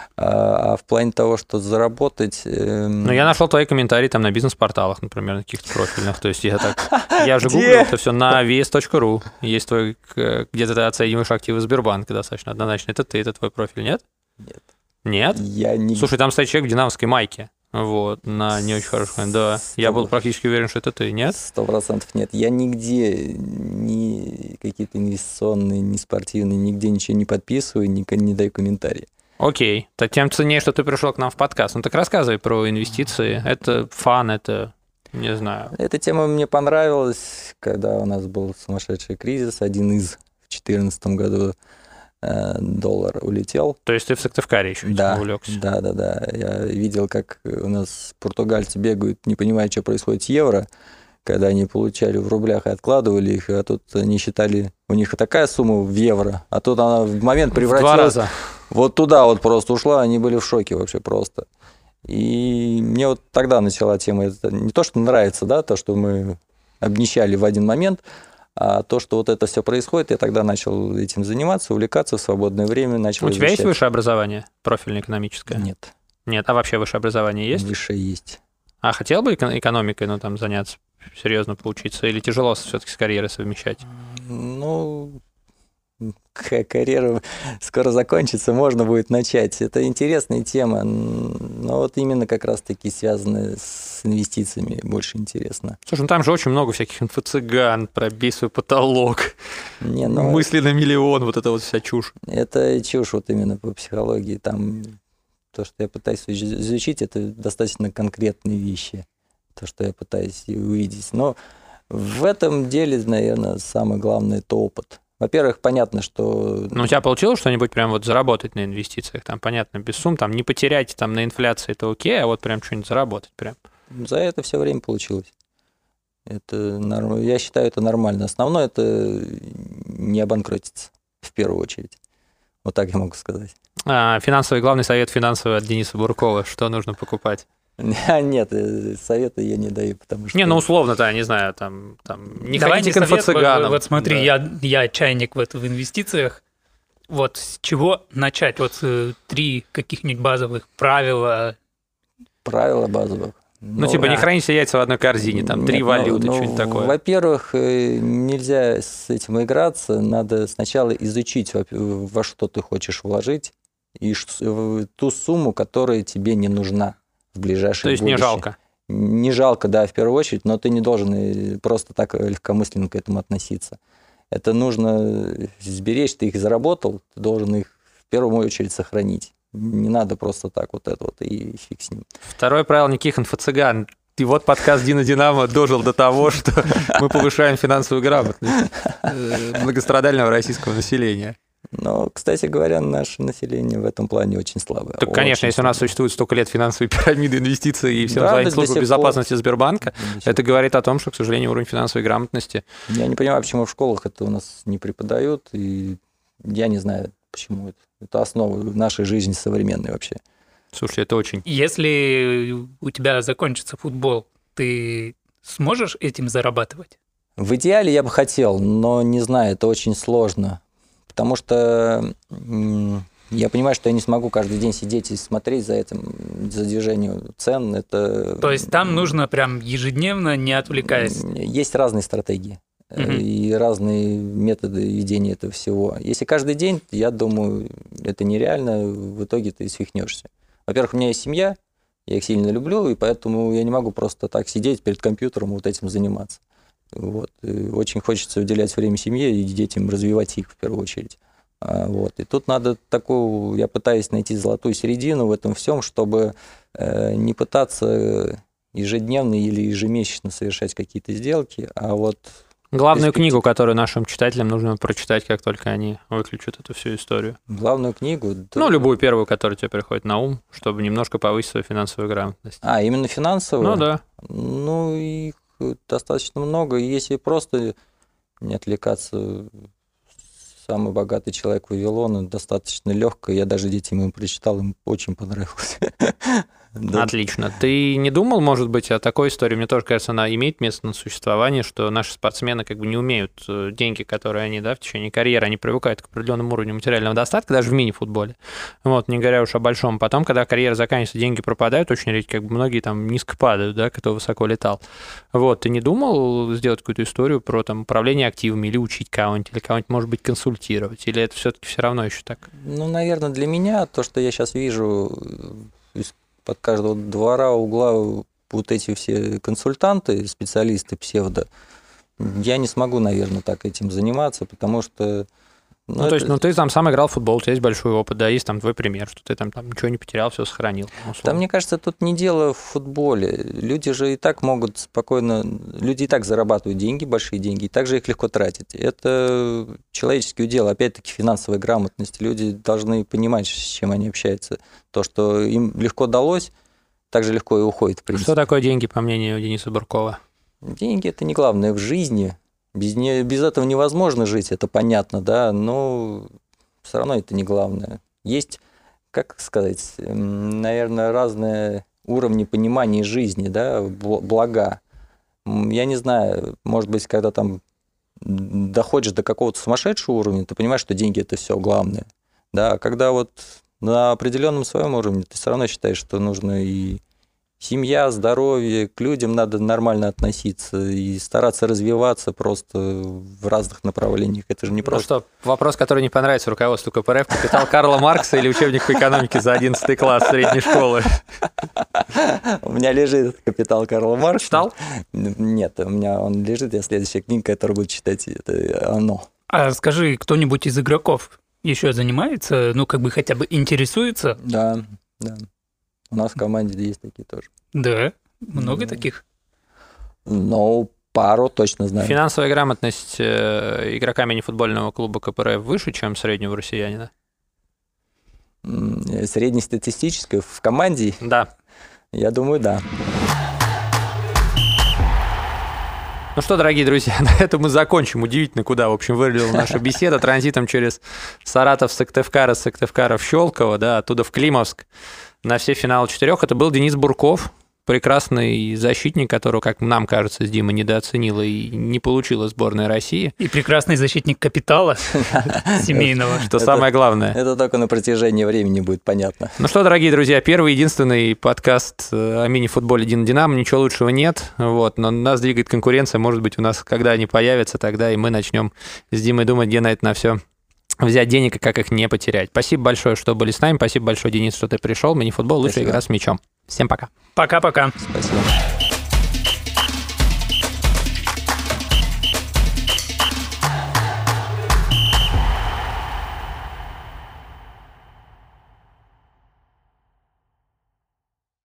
А в плане того, что заработать... Ну, я нашел твои комментарии там на бизнес-порталах, например, на каких-то профильных. То есть я же гуглил это все на vs.ru. Есть твой, где-то ты оцениваешь активы Сбербанка достаточно однозначно. Это ты, это твой профиль, нет? Нет. Нет? Я не... Слушай, там стоит человек в динамовской майке. Вот, на не очень хороший момент. Да, я был практически уверен, что это ты, нет? 100% нет. Я нигде ни какие-то инвестиционные, ни спортивные, нигде ничего не подписываю, не даю комментарии. Окей, то тем ценнее, что ты пришел к нам в подкаст. Ну так рассказывай про инвестиции. Это фан, это, не знаю. Эта тема мне понравилась, когда у нас был сумасшедший кризис, один из в 2014 году. Доллар улетел. То есть ты в Сыктывкаре еще этим увлекся? Да. Я видел, как у нас португальцы бегают, не понимая, что происходит с евро, когда они получали в рублях и откладывали их, а тут они считали, у них такая сумма в евро, а тут она в момент превратилась... В 2 раза. Вот туда вот просто ушла, они были в шоке вообще просто. И мне вот тогда начала тема, это не то, что нравится, да, то, что мы обнищали в один момент, а то, что вот это все происходит, я тогда начал этим заниматься, увлекаться в свободное время, начал изучать. У тебя есть изучать. высшее образование, профильное экономическое? Нет. Нет, а вообще высшее образование есть? Высшее есть. А хотел бы экономикой, ну, там, заняться, серьезно поучиться, или тяжело все-таки с карьерой совмещать? Ну, карьера скоро закончится, можно будет начать. Это интересная тема, но вот именно как раз-таки связанная с инвестициями больше интересно. Слушай, ну там же очень много всяких инфо-цыган, пробей свой потолок, мысли на миллион, вот это вот вся чушь. Это чушь вот именно по психологии. Там то, что я пытаюсь изучить, это достаточно конкретные вещи, то, что я пытаюсь увидеть. Но в этом деле, наверное, самое главное – это опыт. Во-первых, понятно, что... Ну, у тебя получилось что-нибудь прям вот заработать на инвестициях? Там, понятно, без сумм, там, не потерять там на инфляции, это окей, а вот прям что-нибудь заработать прям. За это все время получилось. Это, я считаю, это нормально. Основное – это не обанкротиться, в первую очередь. Вот так я могу сказать. Главный совет финансовый от Дениса Буркова. Что нужно покупать? Нет, советы я не даю, потому что... Не, ну условно-то, я не знаю, там не давай ходите к инфо-цыганам. Вот смотри, да. я чайник в инвестициях. Вот с чего начать? Вот 3 каких-нибудь базовых правила. Правила базовых. Ну, типа, не храните яйца в одной корзине, там 3 валюты, что-нибудь такое. Во-первых, нельзя с этим играться, надо сначала изучить, во что ты хочешь вложить, и ту сумму, которая тебе не нужна в ближайшее будущее. То есть не жалко? Не жалко, да, в первую очередь, но ты не должен просто так легкомысленно к этому относиться. Это нужно сберечь, ты их заработал, ты должен их в первую очередь сохранить. Не надо просто так вот это вот и фиг с ним. Второе правило: никаких инфо-цыган. И вот подкаст «Дина Динамо» дожил до того, что мы повышаем финансовую грамотность многострадального российского населения. Но, кстати говоря, наше население в этом плане очень слабое. Так, конечно, если у нас существует столько лет финансовой пирамиды, инвестиций и всем звонит служба безопасности Сбербанка, это говорит о том, что, к сожалению, уровень финансовой грамотности... Я не понимаю, почему в школах это у нас не преподают, и я не знаю, почему это. Это основа нашей жизни современной вообще. Слушай, это очень... Если у тебя закончится футбол, ты сможешь этим зарабатывать? В идеале я бы хотел, но не знаю, это очень сложно. Потому что я понимаю, что я не смогу каждый день сидеть и смотреть за этим, за движением цен. Это... То есть там нужно прям ежедневно, не отвлекаясь? Есть разные стратегии. И разные методы ведения этого всего. Если каждый день, я думаю, это нереально, в итоге ты свихнешься. Во-первых, у меня есть семья, я их сильно люблю, и поэтому я не могу просто так сидеть перед компьютером и вот этим заниматься. Вот. И очень хочется уделять время семье и детям, развивать их в первую очередь. Вот. И тут надо такую, я пытаюсь найти золотую середину в этом всем, чтобы не пытаться ежедневно или ежемесячно совершать какие-то сделки, а вот... Главную книгу, которую нашим читателям нужно прочитать, как только они выключат эту всю историю. Главную книгу? Да. Ну, любую первую, которая тебе приходит на ум, чтобы немножко повысить свою финансовую грамотность. Именно финансовую? Ну, да. Ну, их достаточно много. Если просто не отвлекаться, самый богатый человек Вавилона, достаточно легко. Я даже детям ему прочитал, им очень понравилось. Да. Отлично. Ты не думал, может быть, о такой истории? Мне тоже кажется, она имеет место на существование, что наши спортсмены как бы не умеют деньги, которые они, да, в течение карьеры, они привыкают к определенному уровню материального достатка, даже в мини-футболе. Вот, не говоря уж о большом. Потом, когда карьера заканчивается, деньги пропадают, очень редко, как бы многие там низко падают, да, кто высоко летал. Вот, ты не думал сделать какую-то историю про там управление активами или учить кого-нибудь, или кого-нибудь, может быть, консультировать? Или это все-таки все равно еще так? Ну, наверное, для меня то, что я сейчас вижу под каждого двора, угла вот эти все консультанты, специалисты псевдо, я не смогу, наверное, так этим заниматься, потому что... То есть, ты там сам играл в футбол, у тебя есть большой опыт, да, есть там твой пример, что ты там ничего не потерял, все сохранил. Да, мне кажется, тут не дело в футболе. Люди же и так могут спокойно... Люди и так зарабатывают деньги, большие деньги, и также их легко тратить. Это человеческий удел, опять-таки, финансовая грамотность. Люди должны понимать, с чем они общаются. То, что им легко далось, так же легко и уходит, в принципе. Что такое деньги, по мнению Дениса Буркова? Деньги – это не главное в жизни. Без этого невозможно жить, это понятно, да, но все равно это не главное. Есть, как сказать, наверное, разные уровни понимания жизни, да, блага. Я не знаю, может быть, когда там доходишь до какого-то сумасшедшего уровня, ты понимаешь, что деньги – это все главное. Да, когда вот на определенном своем уровне ты все равно считаешь, что нужно и семья, здоровье, к людям надо нормально относиться и стараться развиваться просто в разных направлениях. Это же не просто... Ну что, вопрос, который не понравится руководству КПРФ: «Капитал Карла Маркса» или учебник по экономике за 11 класс средней школы? У меня лежит «Капитал Карла Маркса». Читал? Нет, у меня он лежит, я следующая книга, которую буду читать, это оно. А скажи, кто-нибудь из игроков еще занимается, хотя бы интересуется? Да. У нас в команде есть такие тоже. Да? Много таких? Ну, пару точно знаю. Финансовая грамотность игрока мини-футбольного клуба КПРФ выше, чем среднего россиянина? Среднестатистическая в команде? Да. Я думаю, да. Ну что, дорогие друзья, на этом мы закончим. Удивительно, куда, в общем, вырвала наша беседа транзитом через Саратов, Сыктывкара в Щелково, да, оттуда в Климовск, на все финалы 4. Это был Денис Бурков, прекрасный защитник, которого, как нам кажется, с Димой недооценила и не получила сборная России. И прекрасный защитник капитала семейного. Что самое главное. Это только на протяжении времени будет понятно. Ну что, дорогие друзья, первый и единственный подкаст о мини-футболе «Динамо». Ничего лучшего нет, но нас двигает конкуренция. Может быть, у нас, когда они появятся, тогда и мы начнем с Димой думать, где на все взять денег и как их не потерять. Спасибо большое, что были с нами. Спасибо большое, Денис, что ты пришел. Мини-футбол — лучшая игра с мячом. Всем пока. Пока-пока. Спасибо.